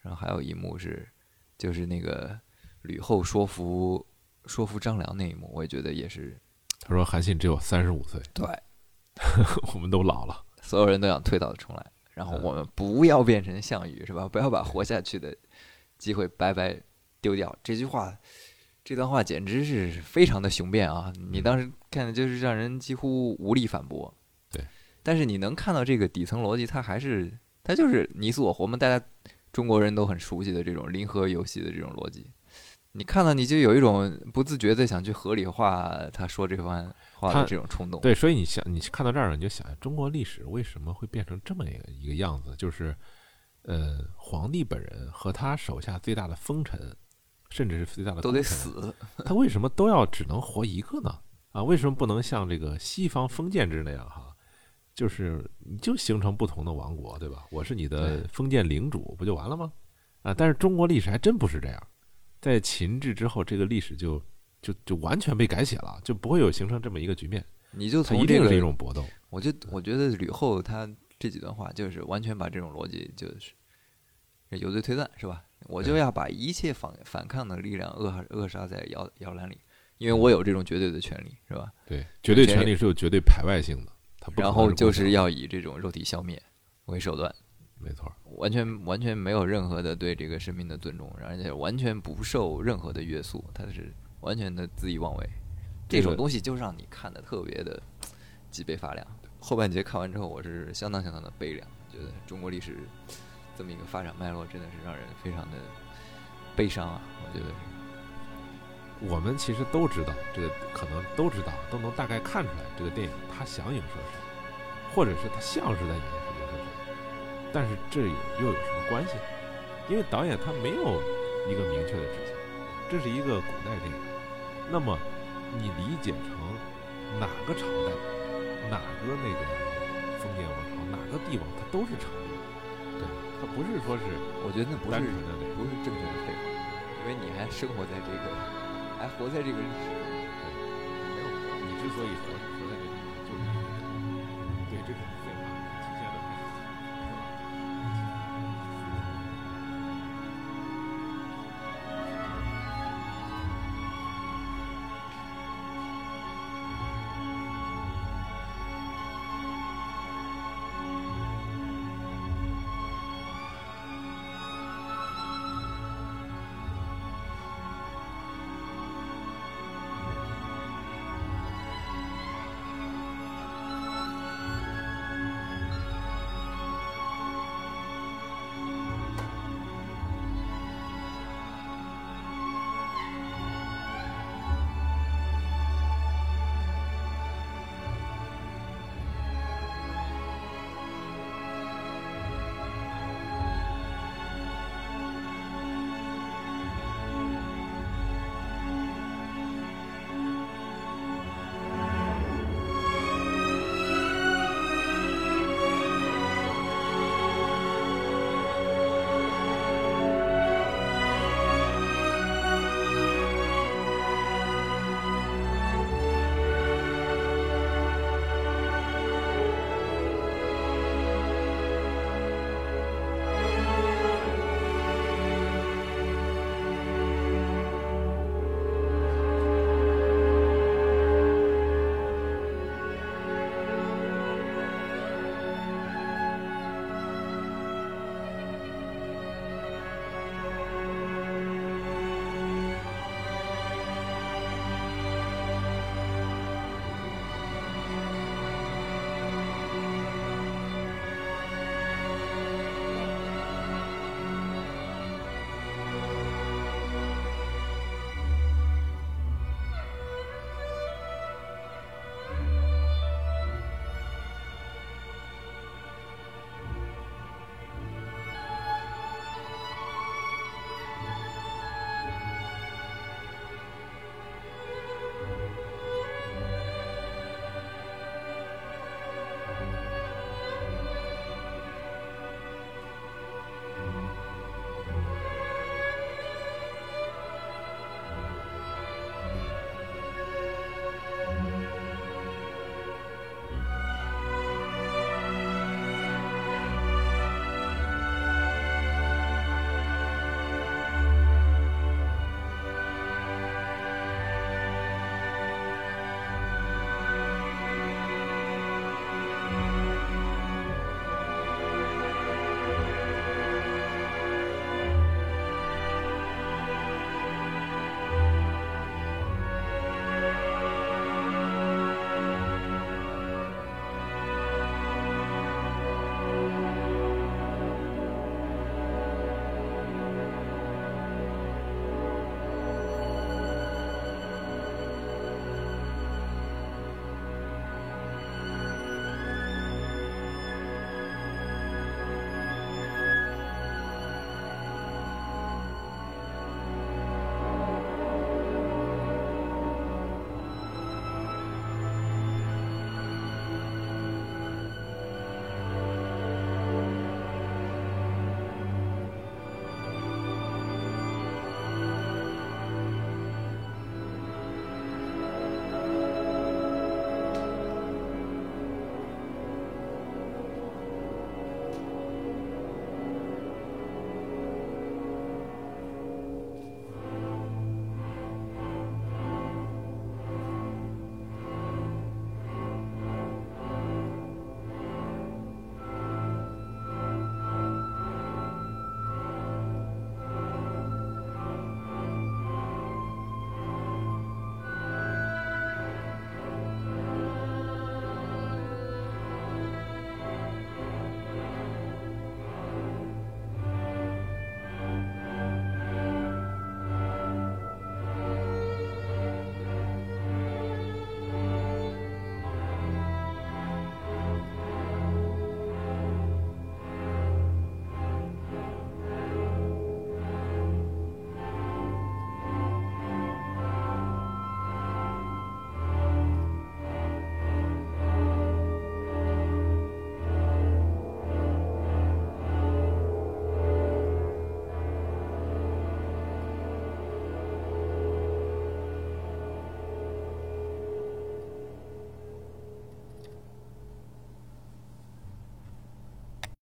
然后还有一幕就是那个吕后说服张良那一幕，我也觉得也是。 他说韩信只有35岁， 对， 我们都老了， 所有人都想推倒重来，然后我们不要变成项羽，是吧？不要把活下去的机会白白丢掉。这段话简直是非常的雄辩啊！你当时看的就是让人几乎无力反驳。 对， 但是你能看到这个底层逻辑，它就是你死我活，我们大家中国人都很熟悉的这种零和游戏的这种逻辑。你看到你就有一种不自觉的想去合理化他说这番话的这种冲动。 对，所以你看到这儿，你就想中国历史为什么会变成这么一个样子？就是皇帝本人和他手下最大的封臣，甚至是最大的都得死， 他为什么都要只能活一个呢？啊，为什么不能像这个西方封建制那样哈？就是你就形成不同的王国，对吧？我是你的封建领主，不就完了吗？啊，但是中国历史还真不是这样，在秦制之后，这个历史就完全被改写了，就不会有形成这么一个局面。 你就从它一定是一种搏斗。 我觉得吕后他这几段话就是完全把这种逻辑就是有罪推断，是吧？我就要把一切反抗的力量扼杀在摇篮里，因为我有这种绝对的权利，是吧？ 对，绝对权利是有绝对排外性的，它不可能是然后就是要以这种肉体消灭为手段， 没错， 完全没有任何的对这个生命的尊重，而且完全不受任何的约束，它是完全的恣意妄为。这种东西就让你看的特别的脊背发凉。后半节看完之后，我是相当的悲凉，觉得中国历史这么一个发展脉络真的是让人非常的悲伤啊！我觉得是。 我们其实都知道，这个可能都知道，都能大概看出来这个电影它想影射谁，或者是它像是在影射谁，但是这又有什么关系？因为导演他没有一个明确的指向，这是一个古代电影，那么你理解成哪个朝代、哪个那个封建王朝、哪个帝王，它都是成立的，对吧？它不是说是， 我觉得那不是正确的废话，因为你还生活在这个，还活在这个历史中， 没有，你之所以活在这个地方，就是对这个。